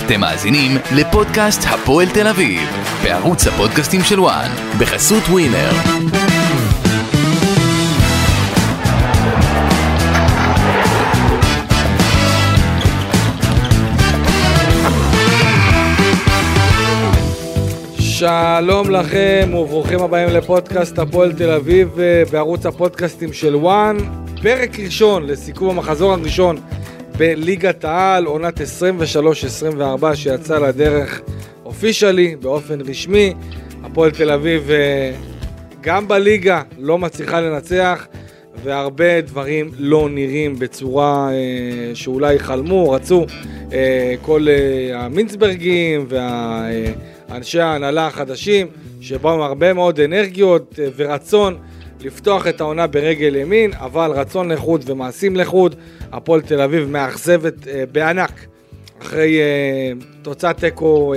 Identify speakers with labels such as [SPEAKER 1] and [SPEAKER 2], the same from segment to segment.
[SPEAKER 1] אתם מאזינים לפודקאסט הפועל תל אביב, בערוץ הפודקאסטים של וואן, בחסות ווינר.
[SPEAKER 2] שלום לכם וברוכים הבאים לפודקאסט הפועל תל אביב בערוץ הפודקאסטים של וואן. פרק ראשון לסיכום המחזור הראשון בליגת העל, עונת 23-24 שיצא לדרך אופישלי באופן רשמי. הפועל תל אביב גם בליגה לא מצליחה לנצח, והרבה דברים לא נראים בצורה שאולי חלמו, רצו כל המינסברגים אנשי ההנהלה החדשים שבאו עם הרבה מאוד אנרגיות ורצון לפתוח את העונה ברגל ימין, אבל רצון לחוד ומעשים לחוד. הפועל תל אביב מאכזבת בענק אחרי תוצאת תיקו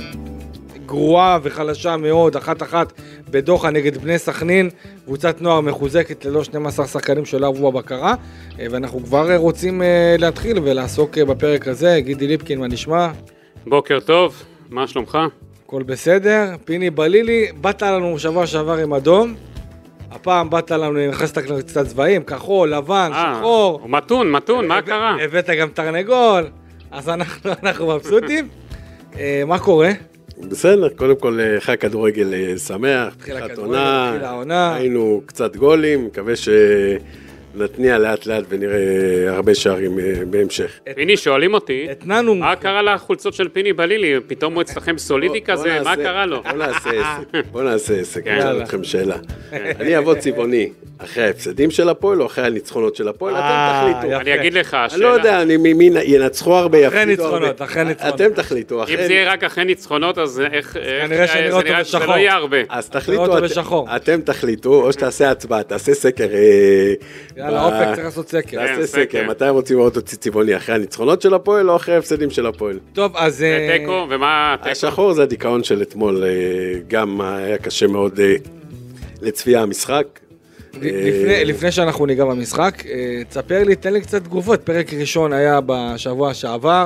[SPEAKER 2] גרועה וחלשה מאוד, 1-1 בדוחה נגד בני סכנין, קבוצת נוער מחוזקת ללא 12 שחקנים שלא עברו בבקרה, ואנחנו כבר רוצים להתחיל ולעסוק בפרק הזה. גידי ליפקין, מה נשמע?
[SPEAKER 3] בוקר טוב, מה שלומך?
[SPEAKER 2] הכל בסדר. פיני בלילי, באת לנו שבוע שעבר עם אדום, הפעם באת לנו, נכנסת קצת צבעים, כחול, לבן, שחור.
[SPEAKER 3] מתון, מה קרה?
[SPEAKER 2] הבאת גם תרנגול, אז אנחנו מבסוטים. מה קורה?
[SPEAKER 4] בסדר, קודם כל חג כדורגל שמח, פתיחת עונה, היינו קצת גולים, מקווה נתניע לאט לאט ונראה הרבה שערים בהמשך.
[SPEAKER 3] פיני, שואלים אותי, מה קרה לחולצות של פיני בלילי? פתאום הוא אצלכם סולידי כזה, מה קרה לו?
[SPEAKER 4] בוא נעשה עסק, אני אשאל אתכם שאלה. אני אעבוד צבעוני אחרי ההפסדים של הפועל או אחרי הניצחונות של הפועל? אתם תחליטו.
[SPEAKER 3] אני אגיד לך,
[SPEAKER 4] אני לא יודע, מי ינצחו הרבה יפסידו הרבה.
[SPEAKER 2] אחרי ניצחונות.
[SPEAKER 4] אתם תחליטו.
[SPEAKER 3] אם זה יהיה רק אחרי ניצחונות, אז
[SPEAKER 2] כנראה שנראה אותו בשחור.
[SPEAKER 3] זה לא יהיה הרבה.
[SPEAKER 4] אז תחליטו, אתם תחליטו, או שתעשה הצבעה, תעשה סקר.
[SPEAKER 2] יאללה, אופק צריך לעשות סקר.
[SPEAKER 4] תעשה סקר, מתי רוצים לראות אותי צבעוני, אחרי הניצחונות של הפועל או אחרי ההפסדים של הפועל?
[SPEAKER 2] טוב, אז
[SPEAKER 3] תיקו, ומה תיקו?
[SPEAKER 4] השחור זה הדיכאון של אתמול, גם היה קשה מאוד לצפייה המשחק.
[SPEAKER 2] לפני שאנחנו ניגע במשחק, תספר לי, תן לי קצת תגובות. פרק ראשון היה בשבוע שעבר,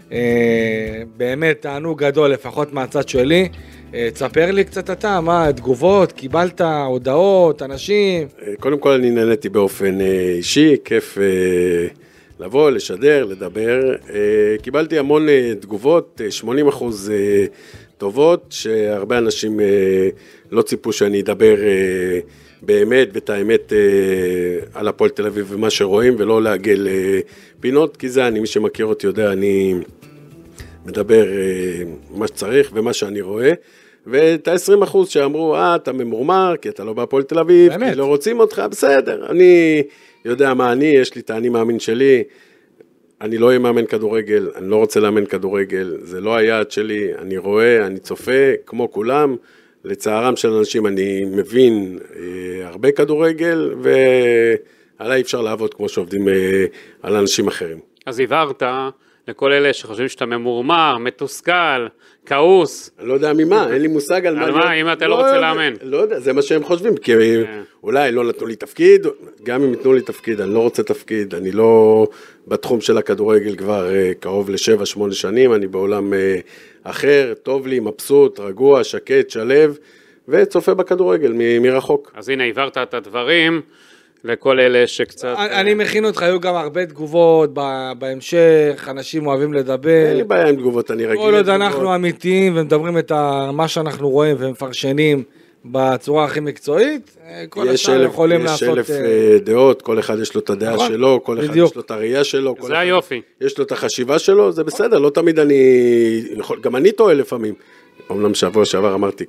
[SPEAKER 2] באמת תענוג גדול, לפחות מהצד שלי. תספר לי קצת אתה, מה תגובות, קיבלת הודעות, אנשים?
[SPEAKER 4] קודם כל אני נהניתי באופן אישי, כיף לבוא, לשדר, לדבר. קיבלתי המון תגובות, 80% טובות, שהרבה אנשים לא ציפו שאני אדבר באמת ואת האמת על הפועל תל אביב ומה שרואים, ולא להגל פינות, כי זה אני, מי שמכיר אותי יודע, אני מדבר מה שצריך ומה שאני רואה. ואת ה-20% שאמרו, אתה ממורמר, כי אתה לא בהפועל תל אביב, באמת? כי לא רוצים אותך, בסדר. אני יודע מה יש לי את האני מאמין שלי, אני לא אהיה מאמן כדורגל, אני לא רוצה לאמן כדורגל, זה לא היעד שלי, אני רואה, אני צופה, כמו כולם, לצערם של אנשים אני מבין הרבה כדורגל, ועליי אפשר לעבוד כמו שעובדים על אנשים אחרים.
[SPEAKER 3] אז הבהרת לכל אלה שחושבים שאתה ממורמר, מתוסכל, כעוס.
[SPEAKER 4] אני לא יודע ממה, אין לי מושג על
[SPEAKER 3] מה, אם אתה לא רוצה לאמן.
[SPEAKER 4] לא יודע, זה מה שהם חושבים, כי אולי לא נתנו לי תפקיד, גם אם יתנו לי תפקיד, אני לא רוצה תפקיד, אני לא בתחום של הכדורגל כבר קרוב ל7-8 שנים, אני בעולם אחר, טוב לי, מבסוט, רגוע, שקט, שלב, וצופה בכדורגל מרחוק.
[SPEAKER 3] אז הנה, הבהרת את הדברים לכל אלה שקצת...
[SPEAKER 2] אני מכין אותך, היו גם הרבה תגובות בהמשך, אנשים אוהבים לדבר.
[SPEAKER 4] אין לי בעיה עם תגובות, אני רגיל.
[SPEAKER 2] כל עוד אנחנו אמיתיים ומדברים את מה שאנחנו רואים ומפרשנים בצורה הכי מקצועית, כל השאר יכולים לעשות...
[SPEAKER 4] יש 1000 דעות, כל אחד יש לו את הדעה שלו, כל אחד יש לו את הראייה שלו.
[SPEAKER 3] זה היופי.
[SPEAKER 4] יש לו את החשיבה שלו, זה בסדר, לא תמיד גם אני טועה לפעמים. אומנם שבוע שעבר אמרתי,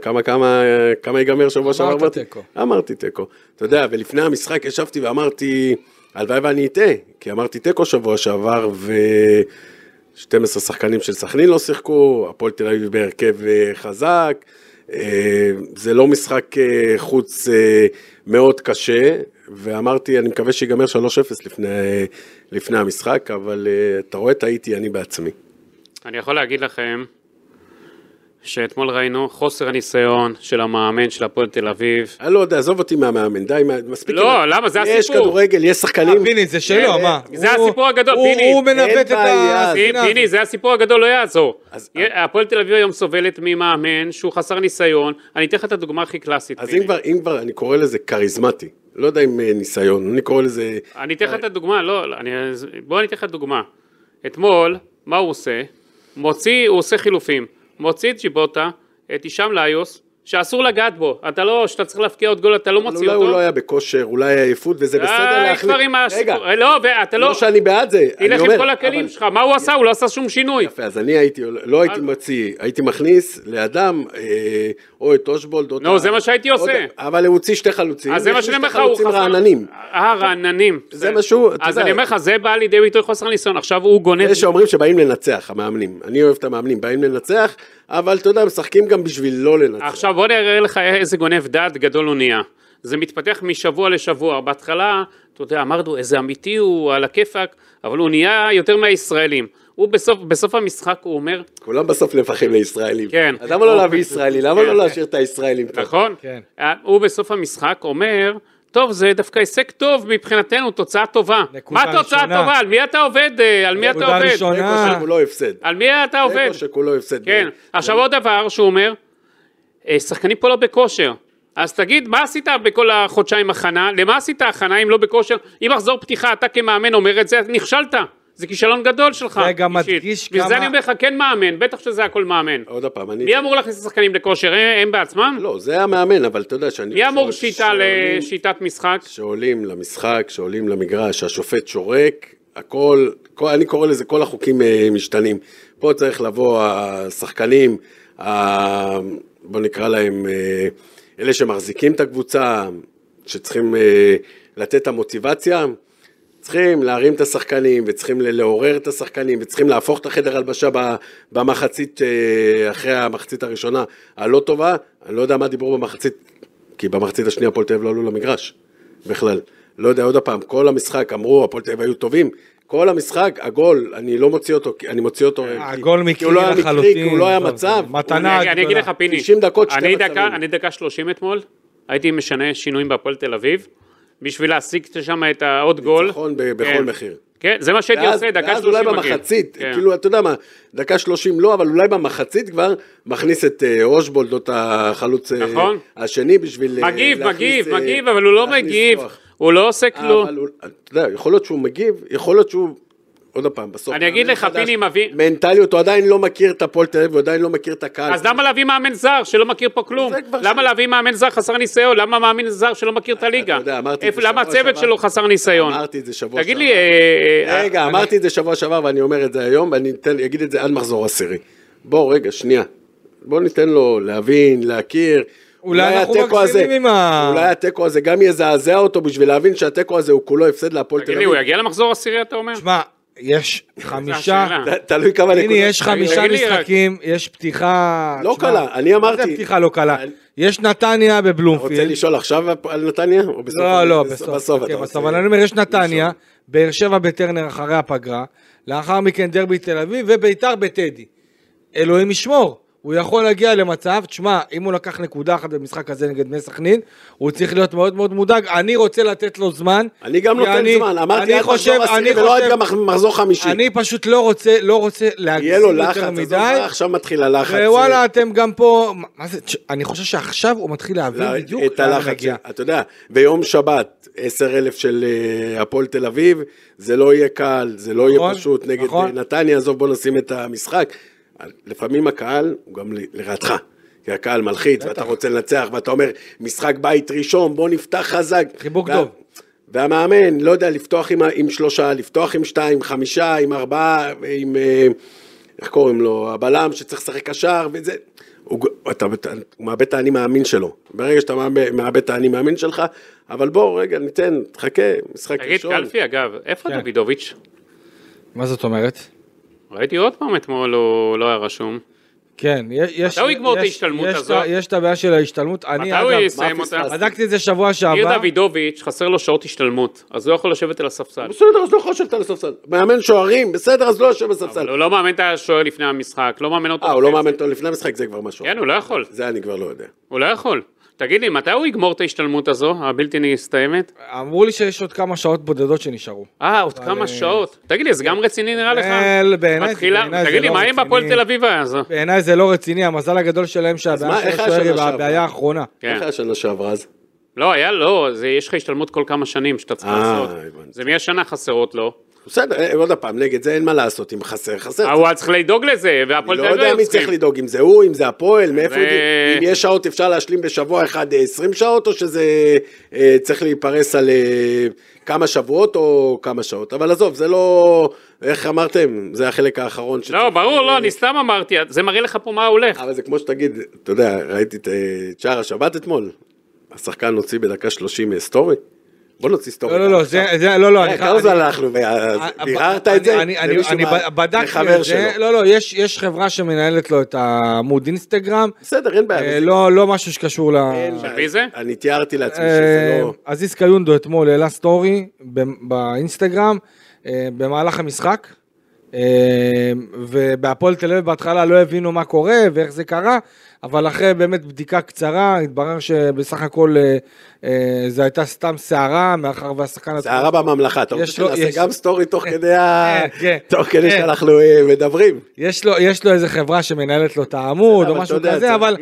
[SPEAKER 4] כמה ייגמר שבוע שעבר? אמרתי תיקו. אתה יודע, ולפני המשחק ישבתי ואמרתי, הלוואי ואני איתה, כי אמרתי תיקו שבוע שעבר, ו12 שחקנים של סכנין לא שיחקו, הפועל תל אביב בהרכב חזק, זה לא משחק חוץ מאוד קשה, ואמרתי, אני מקווה שיגמר 3-0 לפני המשחק, אבל אתה רואה, טעיתי אני בעצמי.
[SPEAKER 3] אני יכול להגיד לכם, שאתמול ראינו חוסר הניסיון של המאמן של הפועל תל אביב.
[SPEAKER 4] אני לא יודע, עזוב אותי מהמאמן, די, מספיק.
[SPEAKER 3] לא, למה? זה הסיפור.
[SPEAKER 4] יש כדורגל, יש שחקנים.
[SPEAKER 2] פיני, זה שלו, מה?
[SPEAKER 3] זה הסיפור הגדול, פיני.
[SPEAKER 2] הוא מנווט את הספינה.
[SPEAKER 3] פיני, זה הסיפור הגדול, לא יעזור. הפועל תל אביב היום סובלת ממאמן שהוא חסר ניסיון. אני אתן לך את הדוגמה הכי קלאסית.
[SPEAKER 4] אז אם כבר, אני קורא לזה כריזמטי. לא יודע אם ניסיון, אני קורא לזה...
[SPEAKER 3] אני אתן לך את הדוגמה, בוא אני אתן לך את הדוגמה. אתמול, מה הוא עושה? הוא עושה חילופים. מוציא את ג'יבוטה, את הישאם ליוס, שאסור לגעת בו. שאתה צריך להפקיע עוד גול, אתה לא מוציא אותו.
[SPEAKER 4] אולי הוא לא היה בכושר, אולי היה עייפות, וזה בסדר להחליט.
[SPEAKER 3] רגע, ואתה לא...
[SPEAKER 4] לא שאני בעד זה,
[SPEAKER 3] תלך עם כל הכלים שלך, מה הוא עשה? הוא לא עשה שום שינוי.
[SPEAKER 4] יפה, אז אני לא הייתי מוציא, הייתי מכניס לאדם, או את אושבולד,
[SPEAKER 3] נו, זה מה שהייתי עושה.
[SPEAKER 4] אבל הוא הוציא שתי חלוצים.
[SPEAKER 3] אז זה מה שאני אומר לך, הוא
[SPEAKER 4] חלוצים רעננים.
[SPEAKER 3] רעננים.
[SPEAKER 4] זה משהו,
[SPEAKER 3] אז אני אומר לך, זה בא לידי ביטוי חוסר ניסיון, עכשיו הוא גונב.
[SPEAKER 4] יש שאומרים שבאים לנצח, המאמנים. אני אוהב את המאמנים, באים לנצח, אבל אתה יודע, משחקים גם בשביל לא לנצח.
[SPEAKER 3] עכשיו בוא נראה לך איזה גונב דעת גדול הוא נהיה. זה מתפתח משבוע לשבוע. בהתחלה, אתה יודע, אמרנו איזה אמיתי הוא על הכיפק, אבל הוא נהיה יותר מהישראלים. הוא בסוף המשחק הוא אומר...
[SPEAKER 4] כולם בסוף נפחים לישראלים.
[SPEAKER 3] כן.
[SPEAKER 4] אז למה לא להביא ישראלי? למה לא להשאיר את הישראלים?
[SPEAKER 3] נכון. הוא בסוף המשחק אומר... טוב, זה דווקא הישג טוב מבחינתנו, תוצאה טובה. מה תוצאה טובה? על מי אתה עובד? על מי אתה עובד?
[SPEAKER 4] נקו שכולו הפסד.
[SPEAKER 3] על מי אתה עובד?
[SPEAKER 4] נקו שכולו הפסד.
[SPEAKER 3] כן. עכשיו עוד דבר שהוא אומר, שחקנים פה לא בכושר. אז תגיד, מה עשית בכל החודשיים הכנה? למה עשית הכנה אם לא בכושר? אם מחזור פתיחה, אתה כמאמן אומר את זה, נכשלת. זה כישלון גדול שלך.
[SPEAKER 2] זה גם מדגיש כמה...
[SPEAKER 3] וזה אני אומר לך, כן מאמן, בטח שזה הכל מאמן.
[SPEAKER 4] עוד הפעם,
[SPEAKER 3] מי אמור להכניס את השחקנים לכושר? הם בעצמם?
[SPEAKER 4] לא, זה המאמן, אבל אתה יודע שאני...
[SPEAKER 3] מי אמור לשיטת משחק?
[SPEAKER 4] שעולים למשחק, שעולים למגרש, השופט שורק, הכל, אני קורא לזה, כל החוקים משתנים. פה צריך לבוא השחקנים, בוא נקרא להם, אלה שמחזיקים את הקבוצה, שצריכים לתת את המוטיבציה, צריכים להרים את השחקנים, וצריכים לעורר את השחקנים, וצריכים להפוך את החדר הלבשה במחצית, אחרי המחצית הראשונה הלא טובה. אני לא יודע מה דיברו במחצית, כי במחצית השנייה הפועל תל אביב לא עלו למגרש, בכלל. לא יודע, עוד הפעם, כל המשחק אמרו, הפועל תל אביב היו טובים, כל המשחק, הגול, אני לא מוציא אותו, אני מוציא אותו,
[SPEAKER 2] הגול מקרי
[SPEAKER 4] לחלוטין, כי הוא לא היה מצב.
[SPEAKER 2] מתנה,
[SPEAKER 3] אני אגיד לך פיני,
[SPEAKER 4] 90 דקות, שתי מצבים.
[SPEAKER 3] אני דקה 30 אתמול, הייתי משנה שינויים בהפועל תל אביב, בשביל להשיג שם את העוד גול.
[SPEAKER 4] ניצחון בכל מחיר.
[SPEAKER 3] כן, זה מה שהייתי עושה, דקה 30
[SPEAKER 4] ואז אולי במחצית, כאילו, אתה יודע מה, דקה 30 לא, אבל אולי במחצית כבר מכניס את אושבולד, את החלוץ השני, בשביל
[SPEAKER 3] מגיב, אבל הוא לא מגיב, הוא לא עושה כלום.
[SPEAKER 4] אתה יודע, יכול להיות שהוא מגיב, יכול להיות שהוא, עוד הפעם, בסוף.
[SPEAKER 3] אני אגיד לך, פיני מביא...
[SPEAKER 4] מנטליות, הוא עדיין לא מכיר את הפועל תל אביב, הוא עדיין לא מכיר את הקהל.
[SPEAKER 3] אז למה להביא מאמן זר שלא מכיר פה כלום? למה להביא מאמן זר חסר ניסיון? למה מאמן זר שלא מכיר את הליגה? למה הצוות שלו חסר ניסיון?
[SPEAKER 4] אמרתי את זה שבוע שעבר.
[SPEAKER 3] תגיד לי...
[SPEAKER 4] רגע, אמרתי את זה שבוע שעבר ואני אומר את זה היום, ואני אגיד את זה עד מחזור עשירי. בוא, רגע, שנייה. בוא ניתן לו להבין, להכיר.
[SPEAKER 2] אולי
[SPEAKER 4] התיקו הזה גם יזעזע אותו בשביל להבין שהתיקו הזה הוא כולו הפסד להפועל תל אביב.
[SPEAKER 3] הוא יגיע למחזור עשירי, אתה אומר?
[SPEAKER 2] שמע, יש 5...
[SPEAKER 4] תלוי כמה נקודות.
[SPEAKER 2] הנה, יש 5 משחקים, יש פתיחה...
[SPEAKER 4] לא קלה, אני אמרתי...
[SPEAKER 2] מה זה פתיחה לא קלה? יש נתניה בבלומפילד.
[SPEAKER 4] רוצה לשאול עכשיו על נתניה?
[SPEAKER 2] לא, בסוף. אבל אני אומר, יש נתניה, באר שבע בטרנר אחרי הפגרה, לאחר מכן דרבי תל אביב, וביתר בטדי. אלוהים ישמור. הוא יכול להגיע למצב, תשמע, אם הוא לקח נקודה אחת במשחק הזה נגד בני סכנין, הוא צריך להיות מאוד מאוד מודאג, אני רוצה לתת לו זמן.
[SPEAKER 4] אני גם נותן זמן, אמרתי עד מחזור עשירי ולא עד גם מחזור חמישי.
[SPEAKER 2] אני פשוט לא רוצה להגזים יותר מדי.
[SPEAKER 4] עכשיו מתחיל הלחץ.
[SPEAKER 2] ווואלה, אתם גם פה, אני חושב שעכשיו הוא מתחיל להבין בדיוק
[SPEAKER 4] את הלחץ. אתה יודע, ביום שבת, 10,000 של הפועל תל אביב, זה לא יהיה קל, זה לא יהיה פשוט נגד נתניה, עזוב בוא נשים את המשחק. לפעמים הקהל הוא גם לרעתך, כי הקהל מלחיץ ואתה רוצה לנצח ואתה אומר משחק בית ראשון, בוא נפתח חזק.
[SPEAKER 2] חיבוק טוב.
[SPEAKER 4] והמאמן, לא יודע, לפתוח עם 3, לפתוח עם 2, 5, עם 4, עם, איך קוראים לו, הבלם שצריך לשחק קשר, וזה, הוא מאבד את האני מאמין שלו. ברגע שאתה מאבד את האני מאמין שלך, אבל בוא רגע ניתן, תחכה, משחק ראשון.
[SPEAKER 3] תגיד קלפי אגב, איפה דוידוביץ'?
[SPEAKER 2] מה זאת אומרת?
[SPEAKER 3] ראיתי עוד פעם אתמול, הוא לא היה רשום.
[SPEAKER 2] כן,
[SPEAKER 3] מתי הוא יגמור את ההשתלמות הזאת?
[SPEAKER 2] יש את הבעיה של ההשתלמות.
[SPEAKER 3] מתי הוא יסיים אותה?
[SPEAKER 2] בדקתי את זה שבוע שעבר.
[SPEAKER 3] ניר דוידוביץ' חסר לו שעות השתלמות, אז הוא יכול לשבת על הספסל.
[SPEAKER 4] בסדר, אז לא יכול לשבת על הספסל. מאמן שוערים, בסדר, אז לא יושב בספסל.
[SPEAKER 3] הוא לא מאמן את השוער לפני המשחק, לא מאמן אותו.
[SPEAKER 4] הוא לא מאמן אותו לפני המשחק, זה כבר משהו.
[SPEAKER 3] כן, הוא לא יכול.
[SPEAKER 4] זה אני כבר לא יודע.
[SPEAKER 3] הוא לא יכול. תגיד לי, מתי הוא יגמור את ההשתלמות הזו, הבלתי נסתיימת?
[SPEAKER 2] אמרו לי שיש עוד כמה שעות בודדות שנשארו.
[SPEAKER 3] עוד כמה שעות. תגיד לי, זה גם רציני נראה לך?
[SPEAKER 2] בעיניי
[SPEAKER 3] תגיד לי, מה עם הפועל תל אביב הזו?
[SPEAKER 2] בעיניי זה לא רציני, המזל הגדול שלהם שהבעיה של השוער היא הבעיה האחרונה.
[SPEAKER 4] איך היה שנה שעברה אז?
[SPEAKER 3] לא, יש לך השתלמות כל כמה שנים שאתה צריך לעשות. זה מי השנה חסרות לו.
[SPEAKER 4] בסדר, עוד הפעם, נגד זה אין מה לעשות, אם חסר.
[SPEAKER 3] הוא צריך לדאוג לזה, והפועל תל אביב
[SPEAKER 4] לא יודע מי צריך לדאוג, אם זה הוא, אם זה הפועל, מאיפה אם יש שעות אפשר להשלים בשבוע אחד 20 שעות, או שזה צריך להיפרס על כמה שבועות או כמה שעות, אבל עזוב, זה לא, איך אמרתם, זה החלק האחרון.
[SPEAKER 3] לא, ברור, לא, אני סתם אמרתי, זה מראה לך פה מה הולך.
[SPEAKER 4] אבל זה כמו שתגיד, אתה יודע, ראיתי את שער השבת אתמול, השחקן הוציא בדקה 30 סטורי, בוא נוציא סטורי.
[SPEAKER 2] לא,
[SPEAKER 4] כמה זמן הלכנו, ביררת את זה?
[SPEAKER 2] אני בדקתי את זה, לא, יש חברה שמנהלת לו את העמוד אינסטגרם.
[SPEAKER 4] בסדר, אין בעיה.
[SPEAKER 2] לא משהו שקשור ל...
[SPEAKER 3] מי זה?
[SPEAKER 4] אני תיארתי לעצמי שזה לא...
[SPEAKER 2] עזיז קיונדו אתמול העלה סטורי באינסטגרם, במהלך המשחק, ובהפועל תל אביב בהתחלה לא הבינו מה קורה ואיך זה קרה, אבל אחרי באמת בדיקה קצרה, התברר שבסך הכל זה הייתה סתם שערה, מאחר והשחקן...
[SPEAKER 4] שערה בממלכה, אתה רוצה שנעשה גם סטורי תוך כדי שאנחנו מדברים.
[SPEAKER 2] יש לו איזה חברה שמנהלת לו את העמוד, או משהו כזה, אבל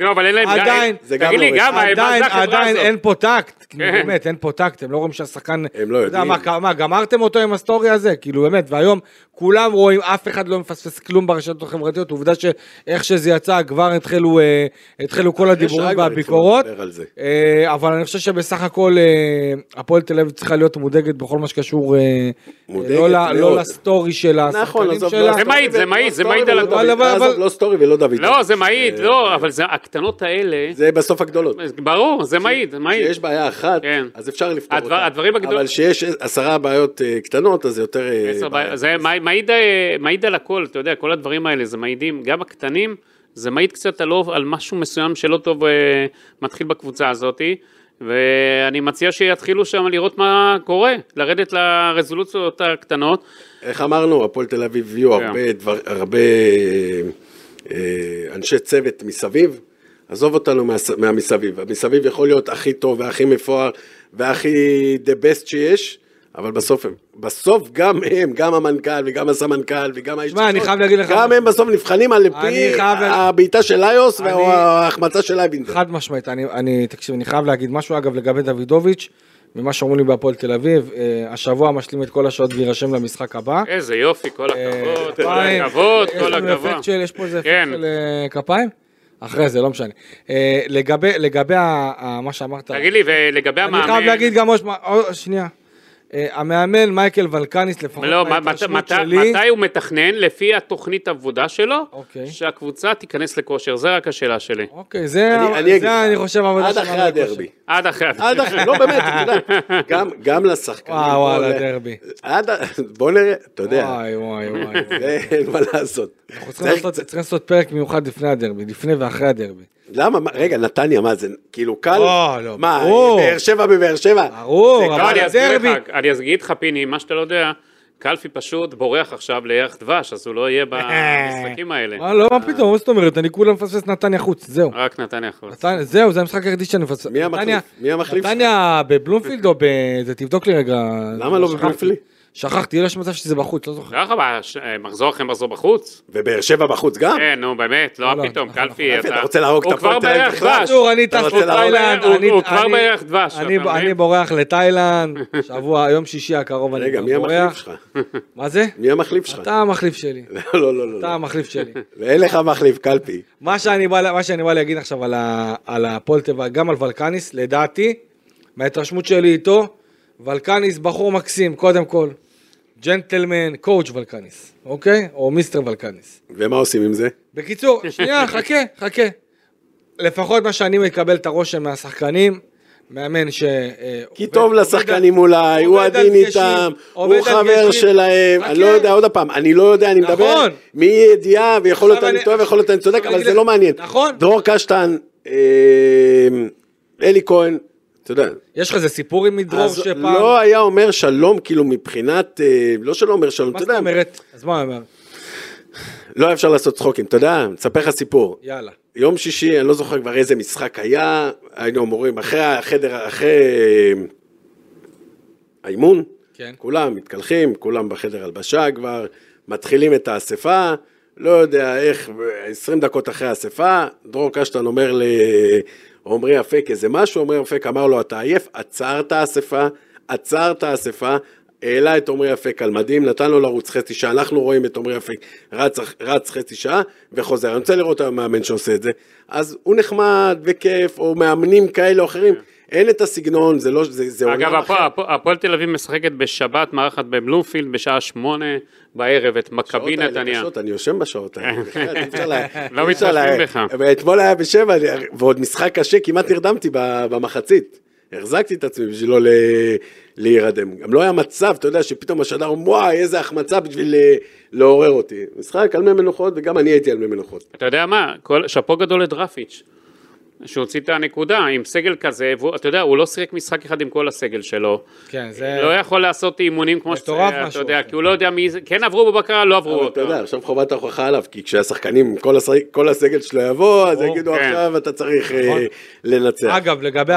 [SPEAKER 2] עדיין אין פה טקט, באמת אין פה טקט, הם לא רואים שהשחקן...
[SPEAKER 4] הם לא יודעים.
[SPEAKER 2] מה, גמרתם אותו עם הסטורי הזה? כאילו באמת, והיום כולם רואים, אף אחד לא מפספס כלום ברשתות החברתיות, עובדה שאיך שזה יצא, כבר התחילו כל הדיבורים והביקורות, אבל אני חושב שבסך הכל הפועל תל אביב צריכה להיות מודאגת בכל מה שקשור, לא לסטורי של השחקנים שלה.
[SPEAKER 3] זה מעיד על הגדול.
[SPEAKER 4] לא סטורי ולא דוד.
[SPEAKER 3] לא, זה מעיד, לא, אבל הקטנות האלה...
[SPEAKER 4] זה בסוף הגדולות.
[SPEAKER 3] ברור, זה מעיד.
[SPEAKER 4] כשיש בעיה אחת, אז אפשר לפתור אותה.
[SPEAKER 3] הדברים הגדולים...
[SPEAKER 4] אבל שיש 10 בעיות קטנות, אז זה יותר...
[SPEAKER 3] זה מעיד על הכל, אתה יודע, כל הדברים האלה, זה מעידים, גם הקטנים, זה מעיד קצת על משהו מסוים שלא טוב מתחיל בקבוצה הזאת, ואני מציע שיתחילו שם לראות מה קורה, לרדת לרזולוציות הקטנות.
[SPEAKER 4] איך אמרנו, הפועל תל אביב הביאו הרבה אנשי צוות מסביב, עזוב אותנו מהמסביב, המסביב יכול להיות הכי טוב והכי מפואר והכי the best שיש, אבל בסוף גם הם, גם המנכ"ל וגם הסמנכ"ל וגם האיש תקשורת, גם הם בסוף נבחנים על פי הבעיטה של איוס וההחמצה של אייבינדר.
[SPEAKER 2] חד משמעית, תקשיב, אני חייב להגיד משהו אגב לגבי דוידוביץ', ממה שאומרו לי בהפועל תל אביב, השבוע משלים את כל השעות וירשם למשחק הבא.
[SPEAKER 3] איזה יופי, כל הכבוד, כל הכבוד, כל הכבוד.
[SPEAKER 2] יש פה איזה אפקט של כפיים? אחרי זה, לא משנה. לגבי מה שאמרת...
[SPEAKER 3] תגיד לי, ולגבי המאמן...
[SPEAKER 2] אני חייב להגיד גם שנייה. המאמן מייקל ולקניס לפחות בהתרשמות שלי.
[SPEAKER 3] מתי הוא מתכנן לפי התוכנית עבודה שלו, שהקבוצה תיכנס לכושר? זה רק השאלה שלי.
[SPEAKER 2] אוקיי, זה אני חושב
[SPEAKER 4] עד אחרי הדרבי.
[SPEAKER 3] עד אחרי,
[SPEAKER 4] לא באמת, אתה יודע, גם לשחקנים.
[SPEAKER 2] וואו, לדרבי.
[SPEAKER 4] בוא נראה, אתה יודע.
[SPEAKER 2] וואי.
[SPEAKER 4] אין מה לעשות.
[SPEAKER 2] אנחנו צריכים לעשות פרק מיוחד לפני הדרבי, לפני ואחרי הדרבי.
[SPEAKER 4] למה? רגע, נתניה, מה זה? כאילו קל?
[SPEAKER 2] לא,
[SPEAKER 4] מה, באר שבע בבאר שבע?
[SPEAKER 2] ברור,
[SPEAKER 3] אבל הדרבי. אני אגיד לך, פיני, מה שאתה לא יודע, קלפי פשוט בורח עכשיו לירח דבש, אז הוא לא יהיה במשחקים האלה.
[SPEAKER 2] לא, מה פתאום, מה זאת אומרת? אני כולה מפספס נתניה חוץ, זהו.
[SPEAKER 3] רק נתניה חוץ.
[SPEAKER 2] זהו, זה המשחק היחידי שאני מפספס.
[SPEAKER 4] מי המחליף?
[SPEAKER 2] נתניה בבלומפילד או זה תבדוק לי רגע.
[SPEAKER 4] למה לא בבלומפילד?
[SPEAKER 2] שכחתי, יש מצב שזה בחוץ, לא זוכר.
[SPEAKER 3] מחזור אחרי מחזור בחוץ.
[SPEAKER 4] ובאר שבע בחוץ גם?
[SPEAKER 3] כן, נו, באמת, לא פתאום, קלפי,
[SPEAKER 4] אתה רוצה להרוג את הפועל תל אביב בכלל?
[SPEAKER 2] אני טס לתאילנד,
[SPEAKER 3] הוא כבר בירח דבש.
[SPEAKER 2] אני בורח לתאילנד, שבוע, יום שישי הקרוב אני בורח.
[SPEAKER 4] רגע, מי המחליף שלך?
[SPEAKER 2] מה זה?
[SPEAKER 4] מי המחליף שלך?
[SPEAKER 2] אתה המחליף שלי.
[SPEAKER 4] לא.
[SPEAKER 2] אתה המחליף שלי.
[SPEAKER 4] ואין לך מחליף, קלפי.
[SPEAKER 2] מה שאני בא להגיד עכשיו על הפועל תל אביב, גם על ולקניס, לדעתי, מההתרשמות שלי איתו, ולקניס בחור מקסים, קודם כל. ג'נטלמן, קואוץ' ולקניס, אוקיי? או מיסטר ולקניס.
[SPEAKER 4] ומה עושים עם זה?
[SPEAKER 2] בקיצור, שנייה, חכה. לפחות מה שאני מקבל את הרושם מהשחקנים, מאמן ש...
[SPEAKER 4] כי טוב לשחקנים אולי, הוא עדין איתם, הוא חבר שלהם, אני לא יודע, עוד הפעם, אני לא יודע, אני מדבר מידיעה, ויכול להיות אני טוב, ויכול להיות אני צודק, אבל זה לא מעניין. דרור קשטן, אלי כהן, אתה יודע.
[SPEAKER 2] יש לך איזה סיפור עם מדרור שפעם...
[SPEAKER 4] לא היה אומר שלום, כאילו מבחינת, לא שלא אומר שלום, אתה יודע.
[SPEAKER 2] מה זאת אומרת? אז מה אומר?
[SPEAKER 4] לא היה אפשר לעשות צחוקים, אתה יודע, מספר לך סיפור.
[SPEAKER 2] יאללה.
[SPEAKER 4] יום שישי, אני לא זוכר כבר איזה משחק היה, היינו אומרים, אחרי האימון,
[SPEAKER 2] כן.
[SPEAKER 4] כולם מתקלחים, כולם בחדר הלבשה כבר, מתחילים את האספה, לא יודע איך, 20 דקות אחרי האספה, דרור קשטן אומר לעומרי אפק איזה משהו, עומרי אפק אמר לו, אתה עייף, עצר את האספה, העלה את עומרי אפק על מדים, נתן לו לרוץ חצי שעה, אנחנו רואים את עומרי אפק רץ חצי שעה וחוזר, אני רוצה לראות המאמן שעושה את זה, אז הוא נחמד וכיף, או מאמנים כאלה או אחרים, אין את הסגנון, זה לא, זה
[SPEAKER 3] אגב, הפועל תל אביב משחקת בשבת, מארחת בבלומפילד בשעה 8 בערב, את מכבי נתניה.
[SPEAKER 4] אני יושם בשעות האלה.
[SPEAKER 3] לא מתחשבים בך.
[SPEAKER 4] ואתמול היה בשבע, ועוד משחק קשה, כמעט נרדמתי במחצית. החזקתי את עצמי בשביל לא להירדם. גם לא היה מצב, אתה יודע, שפתאום השדר, וואי, איזה החמצה בשביל לעורר אותי. משחק על מי מנוחות, וגם אני הייתי על מי מנוחות.
[SPEAKER 3] אתה יודע מה? שפו גדול לדרפיץ'. שהוציא את הנקודה, עם סגל כזה, אתה יודע, הוא לא שיחק משחק אחד עם כל הסגל שלו.
[SPEAKER 2] כן, זה...
[SPEAKER 3] לא יכול לעשות אימונים כמו
[SPEAKER 2] מטורף
[SPEAKER 3] אתה
[SPEAKER 2] משהו.
[SPEAKER 3] יודע, כי הוא לא יודע מי זה, כן עברו בבקרה, לא עברו
[SPEAKER 4] אבל
[SPEAKER 3] אותו.
[SPEAKER 4] אתה יודע, עכשיו חובת ההוכחה עליו, כי כשהשחקנים, כל הסגל שלו יבוא, אז יגידו עכשיו אתה צריך לנצח.
[SPEAKER 2] אגב, לגבי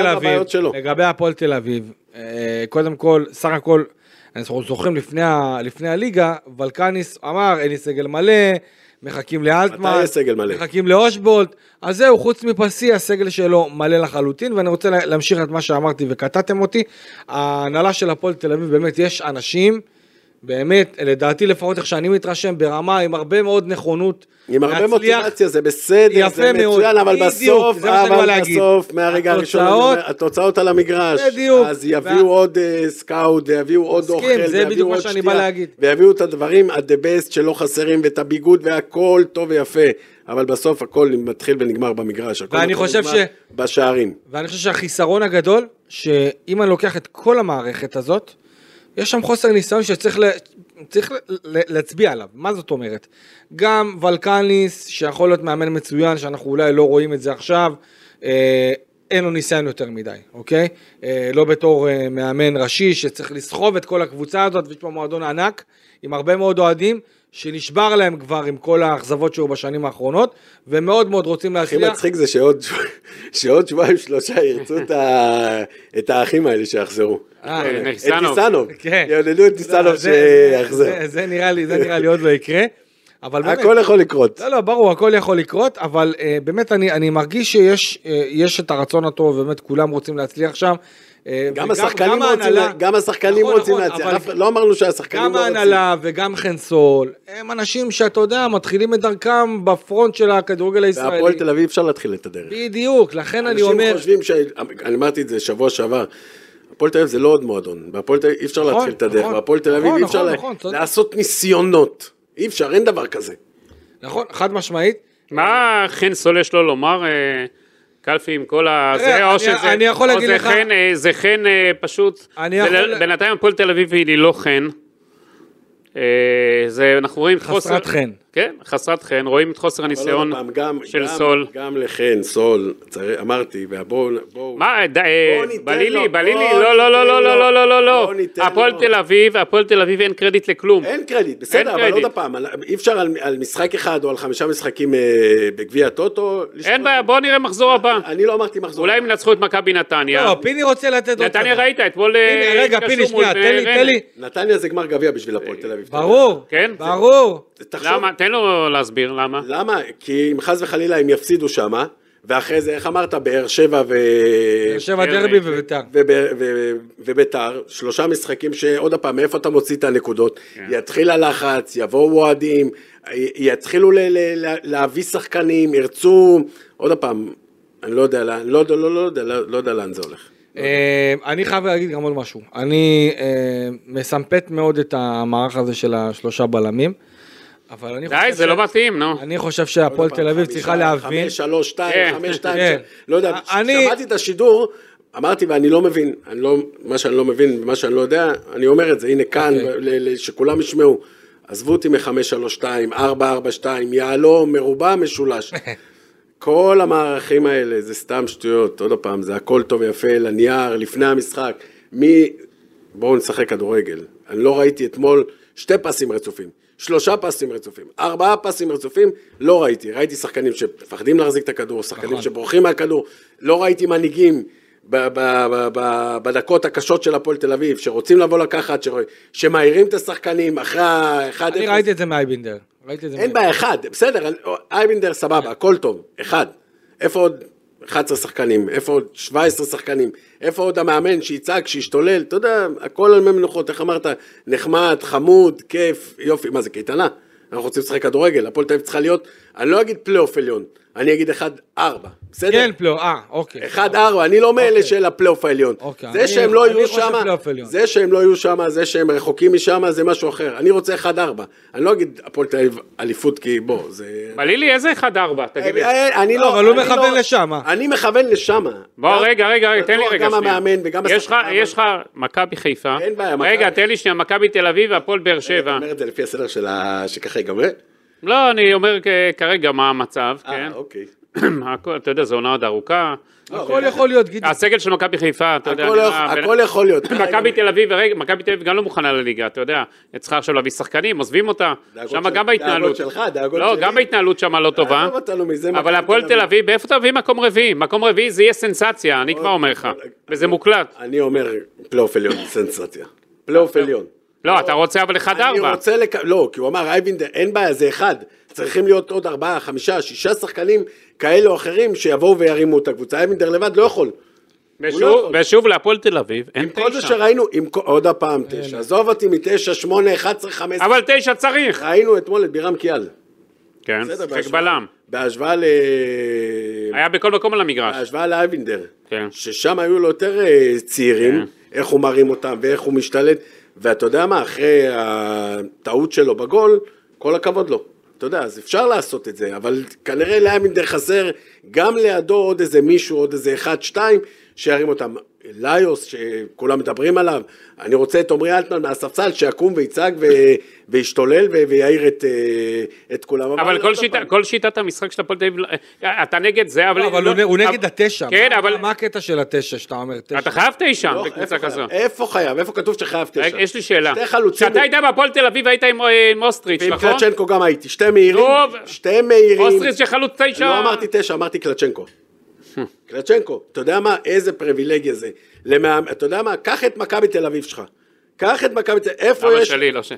[SPEAKER 2] הפועל תל אביב, קודם כל, סך הכל, אנחנו זוכרים לפני הליגה, ולקניס אמר, אין לי סגל מלא, מחכים לאלטמן, מחכים לאושבולט, אז זהו, חוץ מפסי, הסגל שלו מלא לחלוטין, ואני רוצה להמשיך את מה שאמרתי וכתתם אותי, ההנהלה של הפועל תל אביב, באמת יש אנשים, באמת, לדעתי לפחות איך שאני מתרשם, ברמה עם הרבה מאוד נכונות,
[SPEAKER 4] עם הרבה מוטיבציה, זה בסדר, זה מצוין, אבל בסוף, מהרגע הראשון, התוצאות על המגרש, אז יביאו עוד סקאוט, ויביאו עוד אוכל, ויביאו עוד שתייה, ויביאו את הדברים, עד the best שלא חסרים, ואת הביגוד, והכל טוב ויפה, אבל בסוף הכל מתחיל ונגמר במגרש, הכל נגמר בשערים.
[SPEAKER 2] ואני חושב שהחיסרון הגדול, שאם אני לוקח את כל המערכת הזאת, יש שם חוסר ניסיון שצריך להצביע עליו. מה זאת אומרת? גם ולקניס, שיכול להיות מאמן מצוין, שאנחנו אולי לא רואים את זה עכשיו, אין לו ניסיון יותר מדי, אוקיי? לא בתור מאמן ראשי, שצריך לסחוב את כל הקבוצה הזאת, ויש פה מועדון ענק, עם הרבה מאוד אוהדים, שנשבר להם כבר עם כל האכזבות שהיו בשנים האחרונות, ומאוד מאוד רוצים להצליח.
[SPEAKER 4] הכי מצחיק זה שעוד שבועיים שלושה ירצו את האחים האלה שיחזרו. את ניסנוב. יעודדו את ניסנוב שיחזר.
[SPEAKER 2] זה נראה לי עוד לא יקרה.
[SPEAKER 4] הכל יכול לקרות.
[SPEAKER 2] לא, ברור, הכל יכול לקרות, אבל באמת אני מרגיש שיש את הרצון הטוב, באמת כולם רוצים להצליח שם.
[SPEAKER 4] גם השחקנים רוצים להצליח, לא אמרנו שהשחקנים לא רוצים.
[SPEAKER 2] גם ההנהלה וגם חנסול, הם אנשים שאתה יודע, מתחילים את דרכם בפרונט של הכדורגל הישראלי.
[SPEAKER 4] והפועל תל אביב אפשר להתחיל את הדרך.
[SPEAKER 2] בדיוק, לכן אני אומר...
[SPEAKER 4] אנשים חושבים, אני אמרתי את זה שבוע שעבר, הפועל תל אביב זה לא עוד מועדון, בהפועל תל אביב אי אפשר להתחיל את הדרך, בהפועל תל אביב אי אפשר לעשות ניסיונות, אי אפשר, אין דבר כזה.
[SPEAKER 2] נכון, חד משמעית.
[SPEAKER 3] מה חנסול יש לו לומר... קלפי עם כל הזה, או שזה חן פשוט, בינתיים הפועל תל אביב היא לא חן, אנחנו רואים
[SPEAKER 2] חסרת חן.
[SPEAKER 3] כן, חסרת חן, רואים את חוסר הניסיון של סול.
[SPEAKER 4] גם לחן, סול, אמרתי, ובואו...
[SPEAKER 3] מה, בלילי, לא, הפועל תל אביב אין קרדיט לכלום.
[SPEAKER 4] אין קרדיט, בסדר, אבל עוד הפעם, אי אפשר על משחק אחד או על 5 משחקים בגביע הטוטו.
[SPEAKER 3] אין בעיה, בואו נראה מחזור הבא.
[SPEAKER 4] אני לא אמרתי מחזור.
[SPEAKER 3] אולי הם נצחו את מכבי נתניה.
[SPEAKER 2] לא, פיני רוצה לתת...
[SPEAKER 3] נתניה ראית, אתמול...
[SPEAKER 2] רגע, פיני, שנייה, תן לי.
[SPEAKER 4] נתניה זה גמר גביע בשביל הפועל תל אביב.
[SPEAKER 2] ברור, ברור.
[SPEAKER 3] למה? תן לו להסביר, למה?
[SPEAKER 4] למה? כי אם חס וחלילה הם יפסידו שמה, ואחרי זה, איך אמרת, באר שבע
[SPEAKER 2] דרבי וביתר.
[SPEAKER 4] וביתר, 3 משחקים שעוד הפעם, מאיפה אתה מוציא את הנקודות? יתחיל הלחץ, יבואו אוהדים, יתחילו להביא שחקנים, ירצו, עוד הפעם, אני לא יודע לאן זה הולך.
[SPEAKER 2] אני חייב להגיד גם עוד משהו. אני מסמפת מאוד את המערך הזה של 3 בלמים.
[SPEAKER 3] די, זה לא מתאים, נו.
[SPEAKER 2] אני חושב שהפועל תל אביב צריכה להבין.
[SPEAKER 4] 5-3-2, 5-2, לא יודע, שמעתי את השידור, אמרתי, ואני לא מבין, מה שאני לא מבין, מה שאני לא יודע, אני אומר את זה, הנה כאן, שכולם ישמעו, עזבו אותי מ-532, 442, יעלום, מרובע, משולש. כל המערכים האלה, זה סתם שטויות, עוד פעם, זה הכל טוב ויפה, לנייר, לפני המשחק, בואו נשחק כדורגל. אני לא ראיתי אתמול 2 פסים רצופים, 3 פסים רצופים, 4 פסים רצופים, לא ראיתי. ראיתי שחקנים שפחדים להחזיק את הכדור, שחקנים שבורחים מהכדור, לא ראיתי מנהיגים בדקות הקשות של הפועל תל אביב, שרוצים לבוא לקחת, שמהירים את השחקנים אחרי 1-0.
[SPEAKER 2] אני ראיתי את זה מאייבינדר.
[SPEAKER 4] אין בעיה, 1, בסדר, אייבינדר סבבה, הכל טוב, 1. איפה עוד 11 שחקנים, איפה עוד 17 שחקנים, איפה עוד המאמן שיצעק, שישתולל, אתה יודע, הכל על מי מנוחות, איך אמרת, נחמד, חמוד, כיף, יופי, מה זה קייטנה? אנחנו רוצים לשחק כדורגל, הפועל תל אביב צריכה להיות, אני לא אגיד פלייאוף עליון, אני אגיד 1-4, בסדר?
[SPEAKER 2] כן, פלייאוף, אוקיי.
[SPEAKER 4] 1-4, אני לא מאלה של הפלייאוף העליון. זה שהם לא יהיו שם, זה שהם לא יהיו שם, זה שהם רחוקים משם, זה משהו אחר. אני רוצה 1-4. אני לא אגיד הפועל תל אביב אליפות, כי בוא, זה...
[SPEAKER 3] בלילי, איזה 1-4? תגיד לי.
[SPEAKER 4] אני לא...
[SPEAKER 2] אבל הוא מכוון לשם.
[SPEAKER 4] אני מכוון לשם.
[SPEAKER 3] בוא, רגע, תן לי רגע.
[SPEAKER 4] גם המאמן וגם השחקן.
[SPEAKER 3] יש לך מכבי חיפה.
[SPEAKER 4] אין בעיה.
[SPEAKER 3] רגע, תן לי שנייה, מכבי תל אביב והפועל באר שבע.
[SPEAKER 4] אתה אומר את זה לפי הסדר שככה ייגמר?
[SPEAKER 3] לא, אני אומר כרגע מה המצב, כן?
[SPEAKER 4] אוקיי.
[SPEAKER 3] אתה יודע, זו עונה עוד ארוכה.
[SPEAKER 2] הכל יכול להיות, גידי.
[SPEAKER 3] הסגל של מכבי חיפה, אתה יודע.
[SPEAKER 4] הכל יכול להיות.
[SPEAKER 3] מכבי תל אביב, מכבי תל אביב גם לא מוכנה לליגה, אתה יודע. צריכה עכשיו להביא שחקנים, עוזבים אותה. שם גם בהתנהלות. לא, גם בהתנהלות שם לא טובה. אבל הפועל תל אביב, באיפה תביא מקום רביעי? מקום רביעי זה יהיה סנסציה, אני כבר אומר לך. וזה מוקלט.
[SPEAKER 4] אני אומר פלייאוף עליון, סנסציה. פלייאוף עליון.
[SPEAKER 3] לא, אתה רוצה אבל 1-4.
[SPEAKER 4] אני רוצה לא, כי הוא אמר, אייבינדר, אין בעיה, זה 1. צריכים להיות עוד 4, 5, 6 שחקנים כאלה או אחרים שיבואו וירימו את הקבוצה. אייבינדר לבד לא יכול.
[SPEAKER 3] ושוב להפועל תל אביב, אין 9.
[SPEAKER 4] עם כל זה שראינו, עוד הפעם 9. עזוב אותי מ-9, 8, 11, 15.
[SPEAKER 3] אבל 9 צריך.
[SPEAKER 4] ראינו אתמול את בירם קיאל.
[SPEAKER 3] כן, שחק בלם.
[SPEAKER 4] בהשוואה
[SPEAKER 3] היה בכל מקום על המגרש.
[SPEAKER 4] בהשוואה לאייבינדר. ששם היו לו יותר צעירים, איך הוא מרים אותם ואיך הוא משתלט. ואתה יודע מה, אחרי הטעות שלו בגול, כל הכבוד לו. אתה יודע, אז אפשר לעשות את זה, אבל כנראה לאייבינדר חסר גם לידו עוד איזה מישהו, עוד איזה 1-2, שירים אותם. ליוס, שכולם מדברים עליו, אני רוצה את עומרי אלטמן מהספסל, שיקום ויצג וישתולל ויעיר את כולם.
[SPEAKER 3] אבל כל שיטת המשחק של הפועל תל אביב, אתה נגד זה,
[SPEAKER 2] אבל הוא נגד 9.
[SPEAKER 3] כן, אבל...
[SPEAKER 2] מה הקטע של 9 שאתה אומר 9?
[SPEAKER 3] אתה חייב 9 בקבוצה כזו.
[SPEAKER 4] איפה חייב? איפה כתוב שחייב 9?
[SPEAKER 3] יש לי שאלה. כשאתה היית בהפועל תל אביב, היית עם אוסטריץ', נכון?
[SPEAKER 4] ועם קלצ'נקו גם הייתי. שתי מהירים.
[SPEAKER 3] אוסטריץ' שחלוץ 9.
[SPEAKER 4] לא אמרתי 9, אמרתי קלצ'נקו. קלצ'נקו, אתה יודע מה? איזה פריבילגיה זה. אתה יודע מה? קח את מכבי תל אביב שלך. קח את מכבי תל אביב. איפה יש...
[SPEAKER 3] שלי, לא שלי.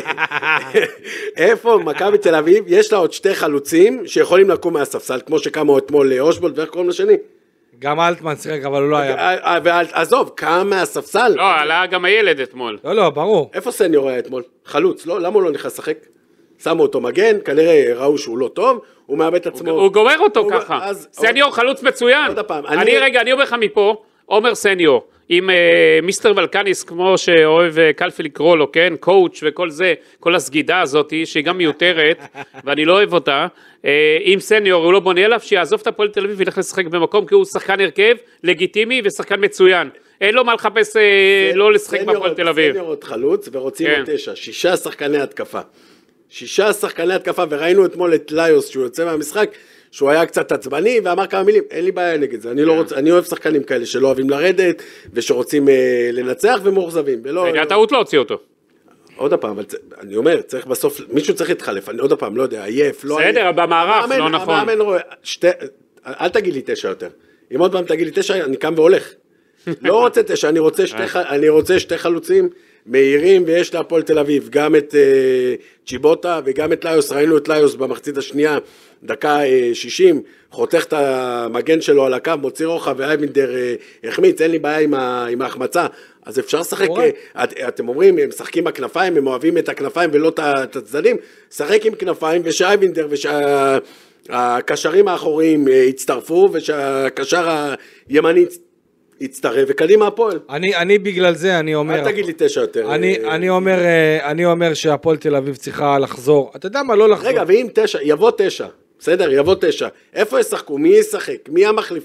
[SPEAKER 4] איפה מכבי תל אביב? יש לה עוד 2 חלוצים שיכולים לקום מהספסל, כמו שקמו אתמול אושבולט ואיך קוראים לשני?
[SPEAKER 2] גם אלטמן שיחק, אבל הוא לא היה.
[SPEAKER 4] עזוב, קם מהספסל.
[SPEAKER 3] לא, עלה גם הילד אתמול.
[SPEAKER 2] לא, ברור.
[SPEAKER 4] איפה סניור היה אתמול? חלוץ, לא? למה הוא לא נכנס לשחק? שמו אותו מגן, כנראה ראו שהוא לא טוב, הוא מאבד את עצמו.
[SPEAKER 3] הוא גומר אותו ככה. סניור חלוץ מצוין.
[SPEAKER 4] עוד הפעם.
[SPEAKER 3] אני אומר לך מפה, עומר סניור, עם מיסטר ולקניס, כמו שאוהב קלפי לקרוא לו, כן? קואוץ' וכל זה, כל הסגידה הזאת, שהיא גם מיותרת, ואני לא אוהב אותה. אם סניור הוא לא בונה אליו, שיעזוב את הפועל תל אביב וילך לשחק במקום, כי הוא שחקן הרכב, לגיטימי ושחקן מצוין. אין לו מה לחפש לא לשחק בהפועל תל אביב.
[SPEAKER 4] סניור עוד חלוץ ורוצים עוד 9, 6 שחקני התקפה. 6 שחקני התקפה, וראינו אתמול את ליוס שהוא יוצא מהמשחק, שהוא היה קצת עצבני ואמר כמה מילים, אין לי בעיה נגד זה, אני אוהב שחקנים כאלה שלא אוהבים לרדת, ושרוצים לנצח ומאוכזבים.
[SPEAKER 3] הטעות לא הוציא אותו.
[SPEAKER 4] עוד הפעם, אבל אני אומר, צריך בסוף, מישהו צריך להתחלף, אני עוד הפעם, לא יודע, עייף, לא עייף.
[SPEAKER 3] בסדר, במערך, לא נכון.
[SPEAKER 4] המאמן רואה, אל תגיד לי 9 יותר. אם עוד פעם תגיד לי 9, אני קם והולך. לא רוצה 9, אני רוצה 2 חלוצים מהירים, ויש להפועל תל אביב, גם את צ'יבוטה וגם את ליוס, ראינו את ליוס במחצית השנייה, דקה 60, חותך את המגן שלו על הקו, מוציא רוחב, ואייבינדר החמיץ, אין לי בעיה עם ההחמצה, אז אפשר לשחק, אתם אומרים, הם משחקים בכנפיים, הם אוהבים את הכנפיים ולא את הצדדים, שחק עם כנפיים, ושאייבינדר ושהקשרים האחוריים הצטרפו, ושהקשר הימני יצטרף, וקדימה הפועל.
[SPEAKER 2] אני בגלל זה, אני אומר...
[SPEAKER 4] אל תגיד לי 9 יותר.
[SPEAKER 2] אני אומר שהפועל תל אביב צריכה לחזור. אתה יודע מה, לא לחזור.
[SPEAKER 4] רגע, ואם 9, יבוא 9, בסדר, יבוא 9. איפה ישחקו? מי ישחק? מי המחליפים?